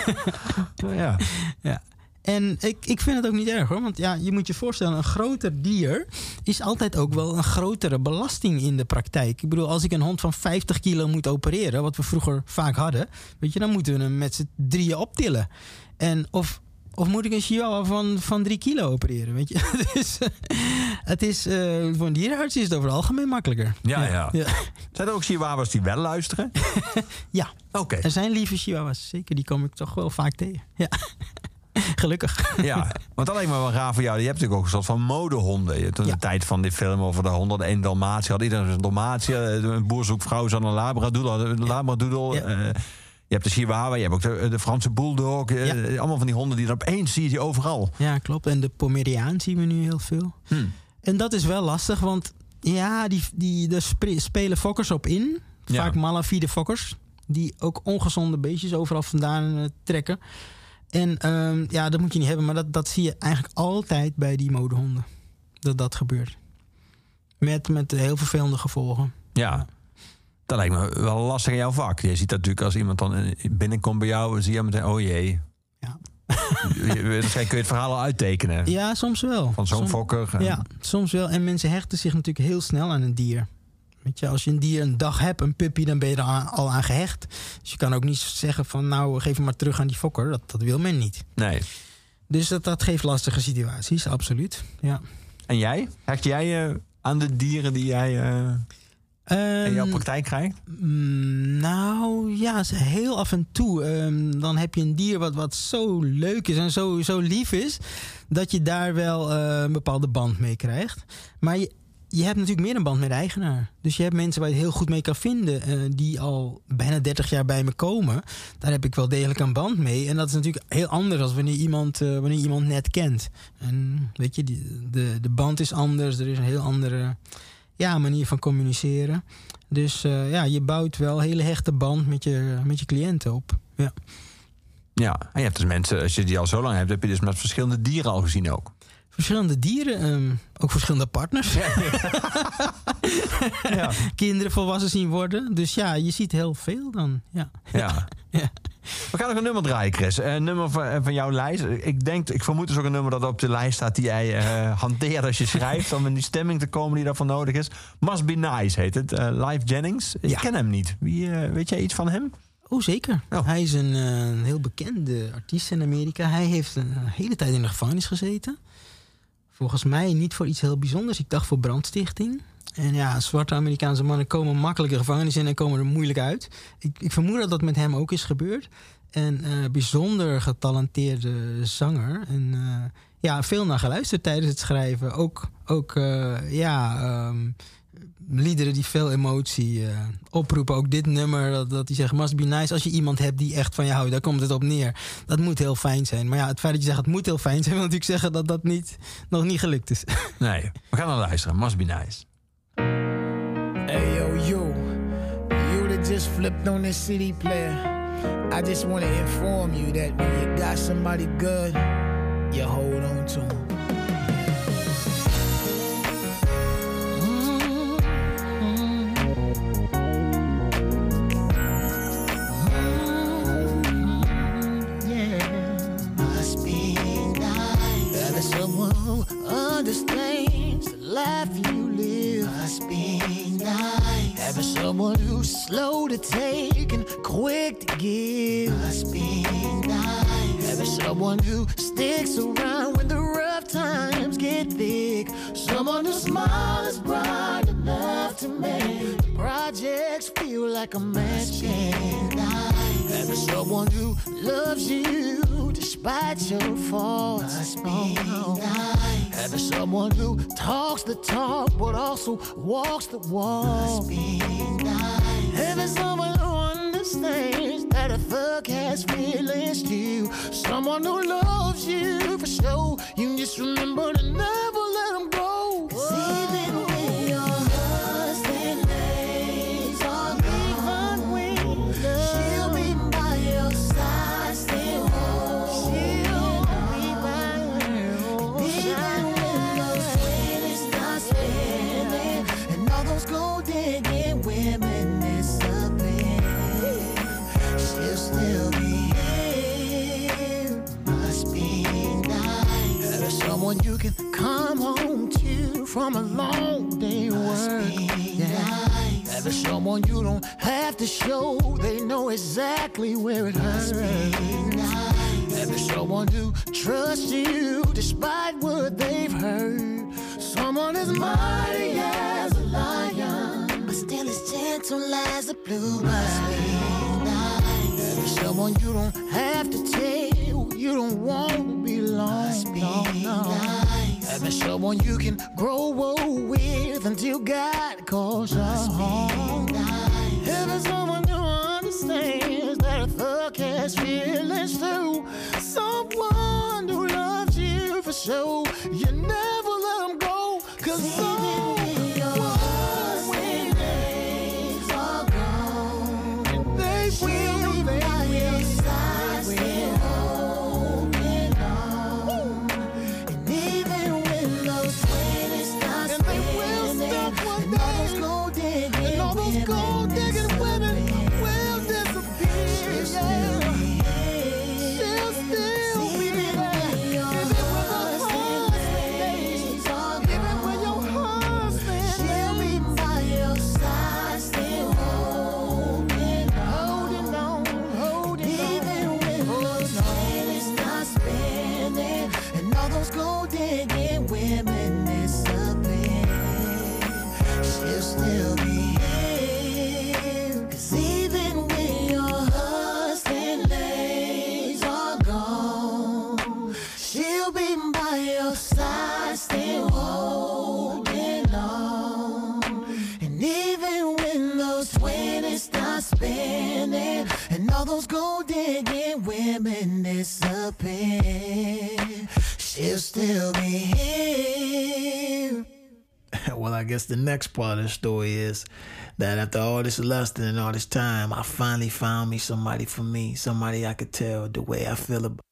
Ja. En ik vind het ook niet erg hoor. Want ja, je moet je voorstellen, een groter dier is altijd ook wel een grotere belasting in de praktijk. Ik bedoel, als ik een hond van 50 kilo moet opereren, wat we vroeger vaak hadden, weet je, dan moeten we hem met z'n drieën optillen. En of moet ik een chihuahua van 3 kilo opereren, weet je? Dus het is, voor een dierenarts is het over het algemeen makkelijker. Ja. Zijn er ook chihuahuas die wel luisteren? Ja. Oké. Er zijn lieve chihuahuas, zeker. Die kom ik toch wel vaak tegen. Ja. Gelukkig. Ja, want dat lijkt me wel raar voor jou. Je hebt natuurlijk ook een soort van modehonden. Toen de tijd van die film over de 101 Dalmatie had iedereen een Dalmatie. Een boer zoekt vrouw, zo'n Labradoodle. Je hebt de Chihuahua, je hebt ook de Franse Bulldog. Allemaal van die honden die er opeens zie je die overal. Ja, klopt. En de Pomeriaan zien we nu heel veel. En dat is wel lastig, want ja, daar spelen fokkers op in. Vaak malafide fokkers. Die ook ongezonde beestjes overal vandaan trekken. En dat moet je niet hebben, maar dat zie je eigenlijk altijd bij die modehonden. Dat gebeurt. Met heel vervelende gevolgen. Ja, dat lijkt me wel lastig in jouw vak. Je ziet dat natuurlijk als iemand dan binnenkomt bij jou, zie je meteen, oh jee. Ja. Misschien kun je het verhaal al uittekenen. Ja, soms wel. Van zo'n fokker. Ja, soms wel. En mensen hechten zich natuurlijk heel snel aan een dier. Weet je, als je een dier een dag hebt, een puppy, dan ben je er al aan gehecht. Dus je kan ook niet zeggen van, nou, geef hem maar terug aan die fokker. Dat wil men niet. Nee. Dus dat geeft lastige situaties, absoluut. Ja. En jij? Hecht jij aan de dieren die jij in jouw praktijk krijgt? Nou, ja, heel af en toe. Dan heb je een dier wat zo leuk is en zo lief is, dat je daar wel een bepaalde band mee krijgt. Maar je hebt natuurlijk meer een band met de eigenaar. Dus je hebt mensen waar je het heel goed mee kan vinden, die al bijna 30 jaar bij me komen. Daar heb ik wel degelijk een band mee. En dat is natuurlijk heel anders dan wanneer iemand net kent. En weet je, de band is anders. Er is een heel andere manier van communiceren. Dus je bouwt wel een hele hechte band met je cliënten op. Ja. Ja, en je hebt dus mensen, als je die al zo lang hebt, heb je dus met verschillende dieren al gezien ook. Verschillende dieren, ook verschillende partners. Ja. Kinderen volwassen zien worden. Dus ja, je ziet heel veel dan. Ja. We gaan nog een nummer draaien, Chris. Een nummer van jouw lijst. Ik vermoed dus ook een nummer dat op de lijst staat die jij hanteert als je schrijft, om in die stemming te komen die daarvoor nodig is. Must Be Nice heet het. Live Jennings. Ik ken hem niet. Weet jij iets van hem? Oh, zeker. Hij is een heel bekende artiest in Amerika. Hij heeft een hele tijd in de gevangenis gezeten. Volgens mij niet voor iets heel bijzonders. Ik dacht voor brandstichting. En ja, zwarte Amerikaanse mannen komen makkelijk de gevangenis in en komen er moeilijk uit. Ik vermoed dat dat met hem ook is gebeurd. En bijzonder getalenteerde zanger. En veel naar geluisterd tijdens het schrijven. Ook liederen die veel emotie oproepen. Ook dit nummer, dat hij zegt, must be nice. Als je iemand hebt die echt van je houdt, daar komt het op neer. Dat moet heel fijn zijn. Maar ja, het feit dat je zegt, het moet heel fijn zijn, wil natuurlijk zeggen dat dat nog niet gelukt is. Nee, we gaan naar luisteren. Must be nice. Hey yo, you that just flipped on this CD player. I just want to inform you that when you got somebody good, you hold on to them. someone who understands the life you live. Must be nice. Having someone who's slow to take and quick to give. Must be nice. Having someone who sticks around when the rough times get thick. Someone whose smile is bright enough to make the projects feel like a match game. Having someone who loves you despite your faults. Must be nice. Having someone who talks the talk but also walks the walk. Must be nice. Having someone who understands that a thug has feelings too. Someone who loves you for sure. You just remember to never let them go. 'Cause even when your husband lays on Even when she'll be by your side, still holding on. Even when those twenties start spinning and all those gold digging women disappear, she'll still be here. Must be nice. There's someone you can come home to from a long day work. Nice. There's someone you don't have to show. They know exactly where it hurts. Nice. There's someone who trusts you despite what they've heard. Someone as mighty as a lion, But still as gentle as a bluebird. Nice. there's someone you don't have to tell. You don't want to be alone. Must be No. nice. There's someone you can grow old with until God calls you home. Nice. There's someone who understands that a thug has feelings too. Someone who loves you for sure. You never let them go. 'Cause Even when your husband days are gone, they she'll be by your side, still holding on. And even when those twenties start And they will spinning, stop one and all those day, gold digging and all those gold digging women will disappear. she'll still Yeah. be here. She'll still be Even there. when your Even when the husband days, days are even when your husband she'll be by your side, still holding on. holding Even when those twenties start spinning and all those gold digging women disappear, she'll still be here. 'Cause even when your husband days are gone, she'll be by your side, still holding on. And even when those twenties start spinning and all those gold digging women disappear, she'll still be here. Well, I guess the next part of the story is that after all this lusting and all this time, I finally found me, somebody I could tell the way I feel about.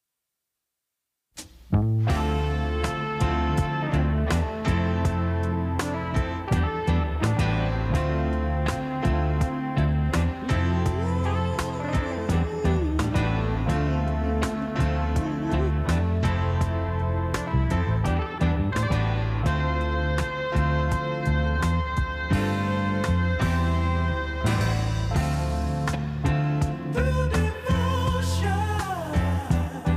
Through devotion,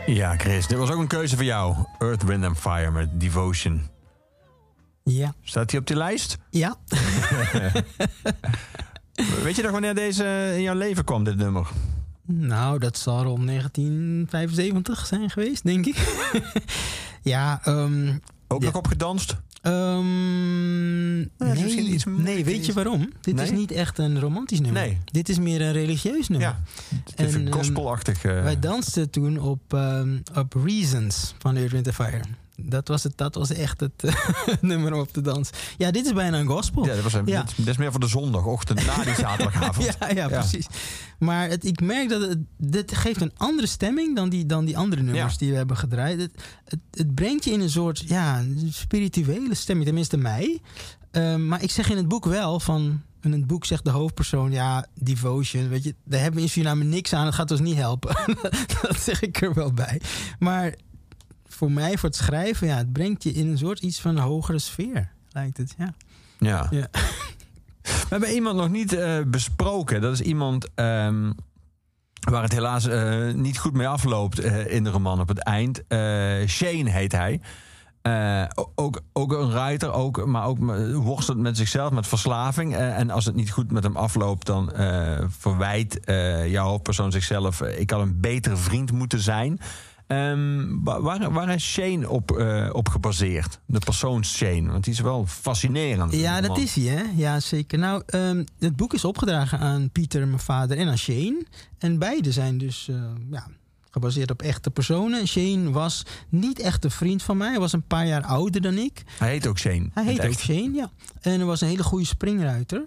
Ja, Chris, dit was ook een keuze voor jou. Earth, Wind and Fire met Devotion. Ja. Staat die op die lijst? Ja. Weet je nog wanneer deze in jouw leven kwam, dit nummer? Nou, dat zal rond 1975 zijn geweest, denk ik. Ja, Ook nog op gedanst? Nee, iets nee, weet je waarom? Dit is niet echt een romantisch nummer. Nee. Dit is meer een religieus nummer. Ja, het is een gospelachtig... Wij dansten toen op Reasons van Earth, Wind & Fire. Dat was echt het nummer om op te dansen. Ja, dit is bijna een gospel. Ja, dat is meer voor de zondagochtend na die zaterdagavond. ja, precies. Maar ik merk dat dit geeft een andere stemming dan die andere nummers die we hebben gedraaid. Het brengt je in een soort spirituele stemming, tenminste mij. Maar ik zeg in het boek wel van... In het boek zegt de hoofdpersoon, devotion, weet je, daar hebben we in Suriname niks aan, het gaat ons niet helpen. Dat zeg ik er wel bij. Maar voor mij, voor het schrijven, het brengt je in een soort iets van een hogere sfeer, lijkt het, ja. We hebben iemand nog niet besproken. Dat is iemand waar het helaas niet goed mee afloopt in de roman op het eind. Shane heet hij. Ook een writer, maar ook worstelt met zichzelf, met verslaving. En als het niet goed met hem afloopt, dan verwijt jouw hoofdpersoon zichzelf... ik had een betere vriend moeten zijn. Waar is Shane op gebaseerd? De persoon Shane, want die is wel fascinerend. Ja, dat is hij, hè? Ja, zeker. Nou, het boek is opgedragen aan Pieter, mijn vader, en aan Shane. En beide zijn dus gebaseerd op echte personen. Shane was niet echt een vriend van mij. Hij was een paar jaar ouder dan ik. Hij heet ook Shane. Hij heet ook Shane, ja. En hij was een hele goede springruiter.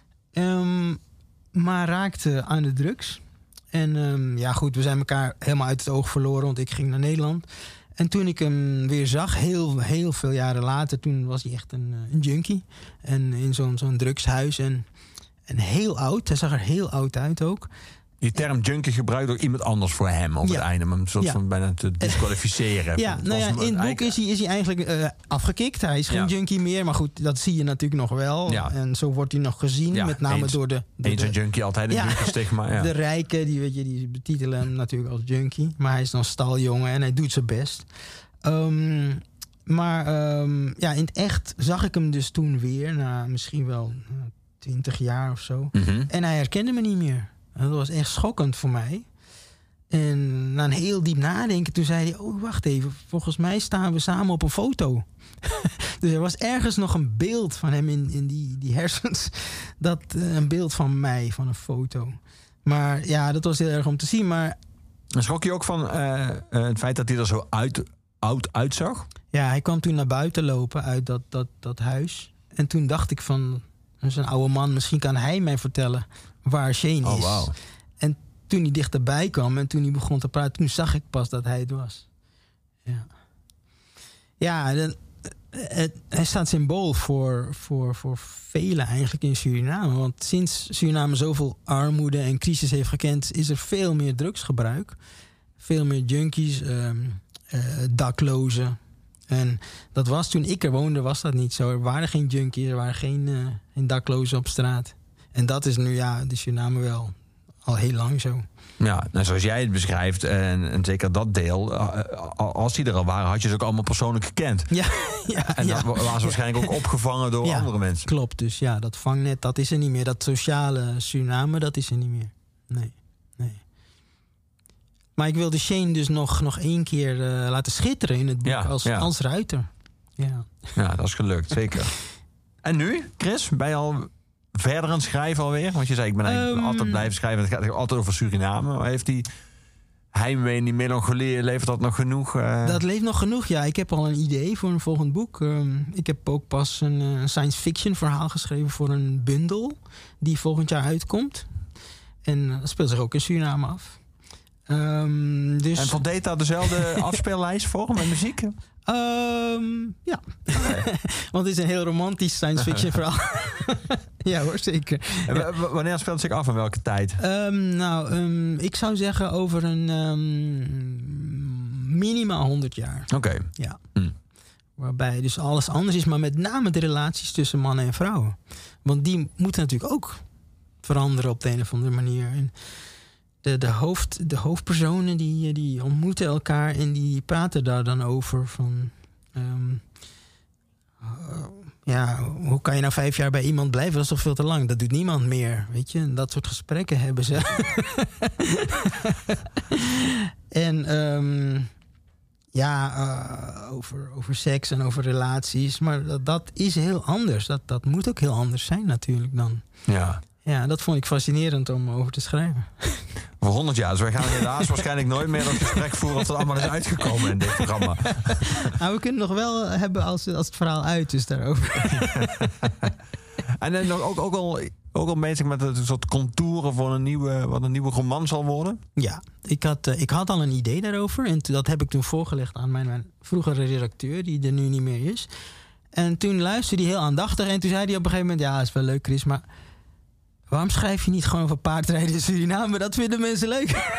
Maar raakte aan de drugs. En goed, we zijn elkaar helemaal uit het oog verloren, want ik ging naar Nederland. En toen ik hem weer zag, heel veel jaren later, toen was hij echt een junkie. En in zo'n drugshuis. En heel oud. Hij zag er heel oud uit ook. Die term junkie gebruikt door iemand anders voor hem op het einde. Om hem soort van bijna te disqualificeren. In het boek is hij eigenlijk afgekikt. Hij is geen junkie meer. Maar goed, dat zie je natuurlijk nog wel. Ja. En zo wordt hij nog gezien. Met name door de... Eens een junkie, altijd een junkie stigma. Ja. De rijken, die betitelen hem natuurlijk als junkie. Maar hij is dan staljongen en hij doet zijn best. In het echt zag ik hem dus toen weer. Na misschien wel 20 jaar of zo. Mm-hmm. En hij herkende me niet meer. Dat was echt schokkend voor mij. En na een heel diep nadenken, toen zei hij... oh, wacht even, volgens mij staan we samen op een foto. Dus er was ergens nog een beeld van hem in die hersens. Een beeld van mij, van een foto. Maar ja, dat was heel erg om te zien. Maar schrok je ook van het feit dat hij er zo oud uitzag? Ja, hij kwam toen naar buiten lopen uit dat huis. En toen dacht ik van... dat is een oude man, misschien kan hij mij vertellen... waar Shane is. Wow. En toen hij dichterbij kwam en toen hij begon te praten... toen zag ik pas dat hij het was. Hij staat symbool voor velen eigenlijk in Suriname. Want sinds Suriname zoveel armoede en crisis heeft gekend... is er veel meer drugsgebruik. Veel meer junkies, daklozen. En dat was toen ik er woonde, was dat niet zo. Er waren geen junkies, er waren geen daklozen op straat. En dat is nu de Suriname wel al heel lang zo. Ja, nou, zoals jij het beschrijft, en zeker dat deel... als die er al waren, had je ze ook allemaal persoonlijk gekend. En dan waren ze waarschijnlijk ook opgevangen door andere mensen. Klopt, dus dat vangnet, dat is er niet meer. Dat sociale Suriname, dat is er niet meer. Nee. Maar ik wilde Shane dus nog 1 keer laten schitteren in het boek als ruiter. Ja, dat is gelukt, zeker. En nu, Chris, ben je al... verder aan het schrijven alweer? Want je zei, ik ben eigenlijk altijd blijven schrijven. Het gaat altijd over Suriname. Maar heeft die heimwee en die melancholie, levert dat nog genoeg? Dat leeft nog genoeg, ja. Ik heb al een idee voor een volgend boek. Ik heb ook pas een science fiction verhaal geschreven... voor een bundel die volgend jaar uitkomt. En dat speelt zich ook in Suriname af. Dus... En voldeed daar dezelfde afspeellijst voor met muziek? Ja. Want het is een heel romantisch science fiction verhaal. Ja hoor, zeker. Wanneer speelt het zich af en welke tijd? Ik zou zeggen over een minimaal 100 jaar. Oké. Ja. Waarbij dus alles anders is, maar met name de relaties tussen mannen en vrouwen. Want die moeten natuurlijk ook veranderen op de een of andere manier. de hoofdpersonen die ontmoeten elkaar en die praten daar dan over van... hoe kan je nou 5 jaar bij iemand blijven? Dat is toch veel te lang? Dat doet niemand meer, weet je? En dat soort gesprekken hebben ze. En over seks en over relaties. Maar dat is heel anders. Dat moet ook heel anders zijn natuurlijk dan. Ja. Ja, dat vond ik fascinerend om over te schrijven. Voor 100 jaar. Dus wij gaan helaas waarschijnlijk nooit meer dat gesprek voeren... of dat allemaal is uitgekomen in dit programma. Nou, we kunnen het nog wel hebben als het verhaal uit is daarover. En dan ook al bezig met een soort contouren voor wat een nieuwe roman zal worden? Ja, ik had al een idee daarover. En dat heb ik toen voorgelegd aan mijn vroegere redacteur... die er nu niet meer is. En toen luisterde hij heel aandachtig. En toen zei hij op een gegeven moment... ja, is wel leuk, Chris, maar... waarom schrijf je niet gewoon over paardrijden in Suriname? Dat vinden mensen leuk.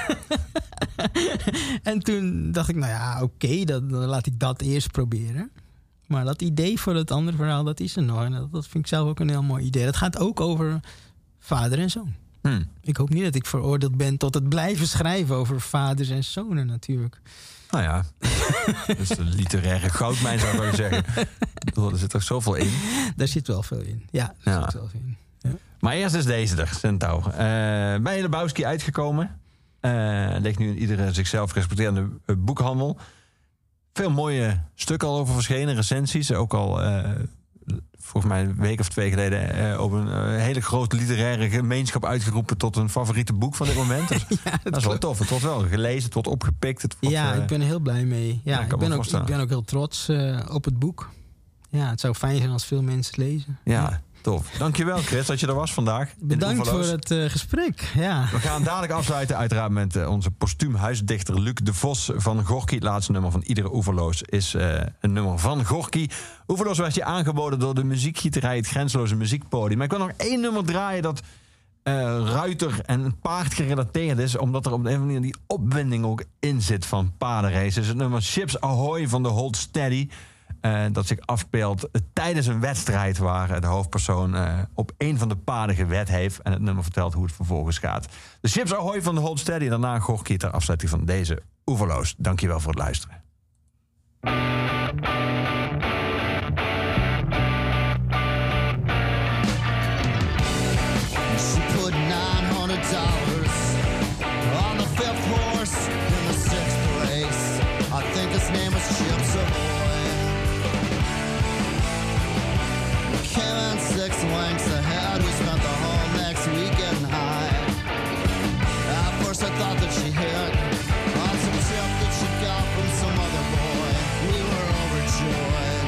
En toen dacht ik, nou ja, oké, dan laat ik dat eerst proberen. Maar dat idee voor het andere verhaal, dat is er nog. En dat vind ik zelf ook een heel mooi idee. Dat gaat ook over vader en zoon. Ik hoop niet dat ik veroordeeld ben tot het blijven schrijven over vaders en zonen natuurlijk. Nou ja, dat is een literaire goudmijn zou ik willen zeggen. Er zit er zoveel in. Daar zit wel veel in. Ja, daar zit wel veel in. Ja. Maar eerst is deze er, Centaur. Bij Lebowski uitgekomen. Ligt nu in iedere zichzelf respecterende boekhandel. Veel mooie stukken al over verschenen, recensies. Ook al, volgens mij een week of 2 geleden... op een hele grote literaire gemeenschap uitgeroepen... tot een favoriete boek van dit moment. Dus Ja, dat is wel tof. Het wordt wel gelezen, het wordt opgepikt. Het wordt, ja, ik ben er heel blij mee. Ja, ik ben ook heel trots op het boek. Ja, het zou fijn zijn als veel mensen het lezen. Ja, tof. Dankjewel, Chris, dat je er was vandaag. Bedankt voor het gesprek. Ja. We gaan dadelijk afsluiten uiteraard met onze postuum huisdichter Luc de Vos van Gorky. Het laatste nummer van Iedere Oeverloos is een nummer van Gorky. Oeverloos werd je aangeboden door de muziekgieterij Het Grenzeloze Muziekpodium. Maar ik wil nog 1 nummer draaien dat ruiter en paard gerelateerd is, omdat er op de een of andere manier die opwinding ook in zit van paardenraces. Het nummer Ships Ahoy van de Hold Steady. Dat zich afspeelt tijdens een wedstrijd waar de hoofdpersoon op een van de paarden gewed heeft. En het nummer vertelt hoe het vervolgens gaat. De Ships Ahoy van de Hold Steady. En daarna Gorky ter afsluiting van deze Oeverloos. Dankjewel voor het luisteren. She put $900 on the 5th horse in the 6th race. I think his name was Chips Ahoy. Came in 6 lengths ahead. We spent the whole next week getting high. At first I thought that she hit on some tip that she got from some other boy. We were overjoyed.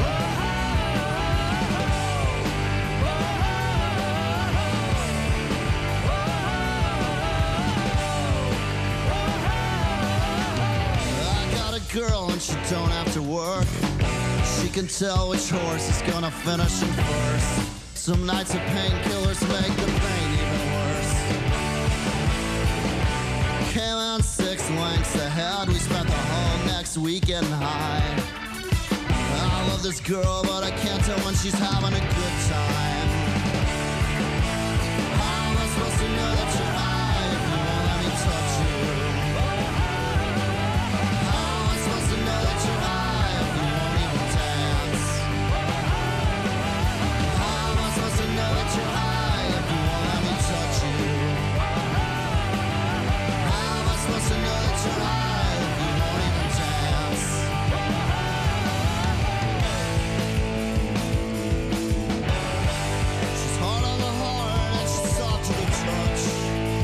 I got a girl and she don't have to work. She can tell which horse is gonna finish in first. Some nights of painkillers make the pain even worse. Came in 6 lengths ahead. We spent the whole next week getting high. I love this girl, but I can't tell when she's having a good time. How am I supposed to know that you're high if you won't let me touch you? How am I supposed to know that you're high if you won't even dance? How am I supposed to know that you're high if you won't let me touch you? How am I supposed to know that you're high if you won't even dance? She's hard on the heart and she's soft to the touch.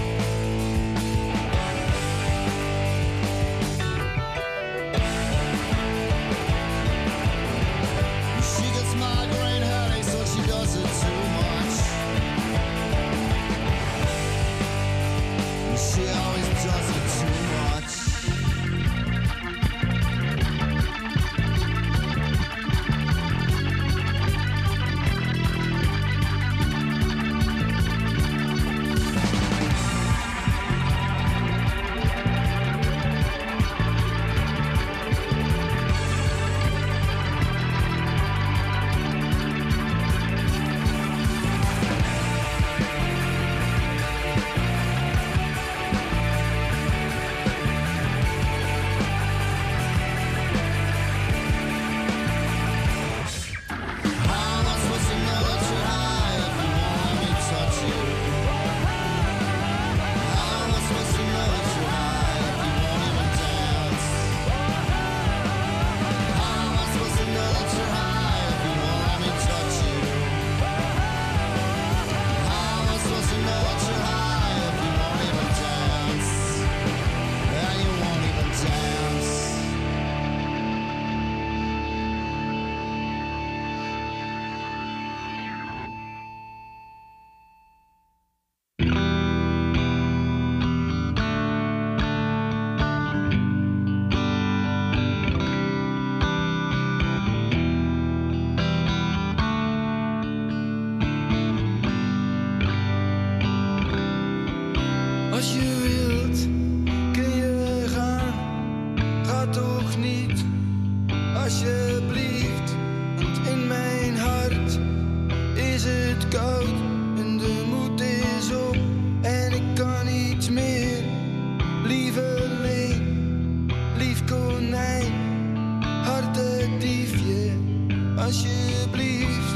alsjeblieft.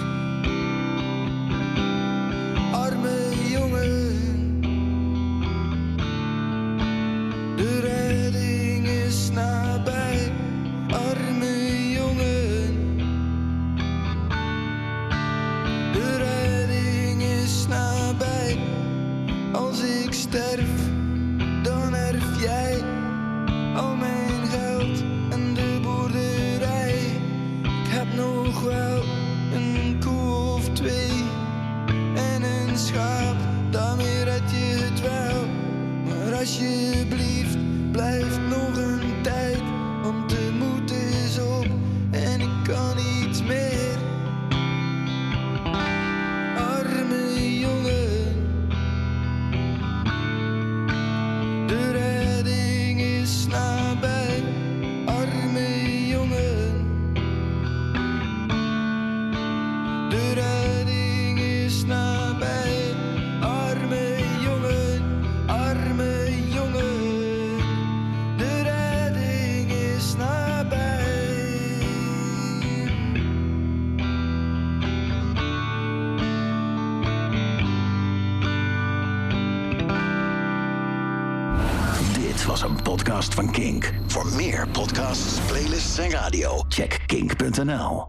Arme jongen, de redding is nabij. Arme jongen, de redding is nabij. Als ik sterf, dan erf jij al mijn geld en de boerderij. Ik heb nog wel een koe of twee en een schaap, daarmee red je het wel. Maar alsjeblieft, blijf nog een tijd, want de moed is op en ik kan niet meer. Arme jongen, de redding is nabij. Arme jongen, de redding is nabij. Arme jongen, arme jongen, de redding is nabij. Dit was een podcast van Kink. Voor meer podcasts, playlists en radio, check kink.nl.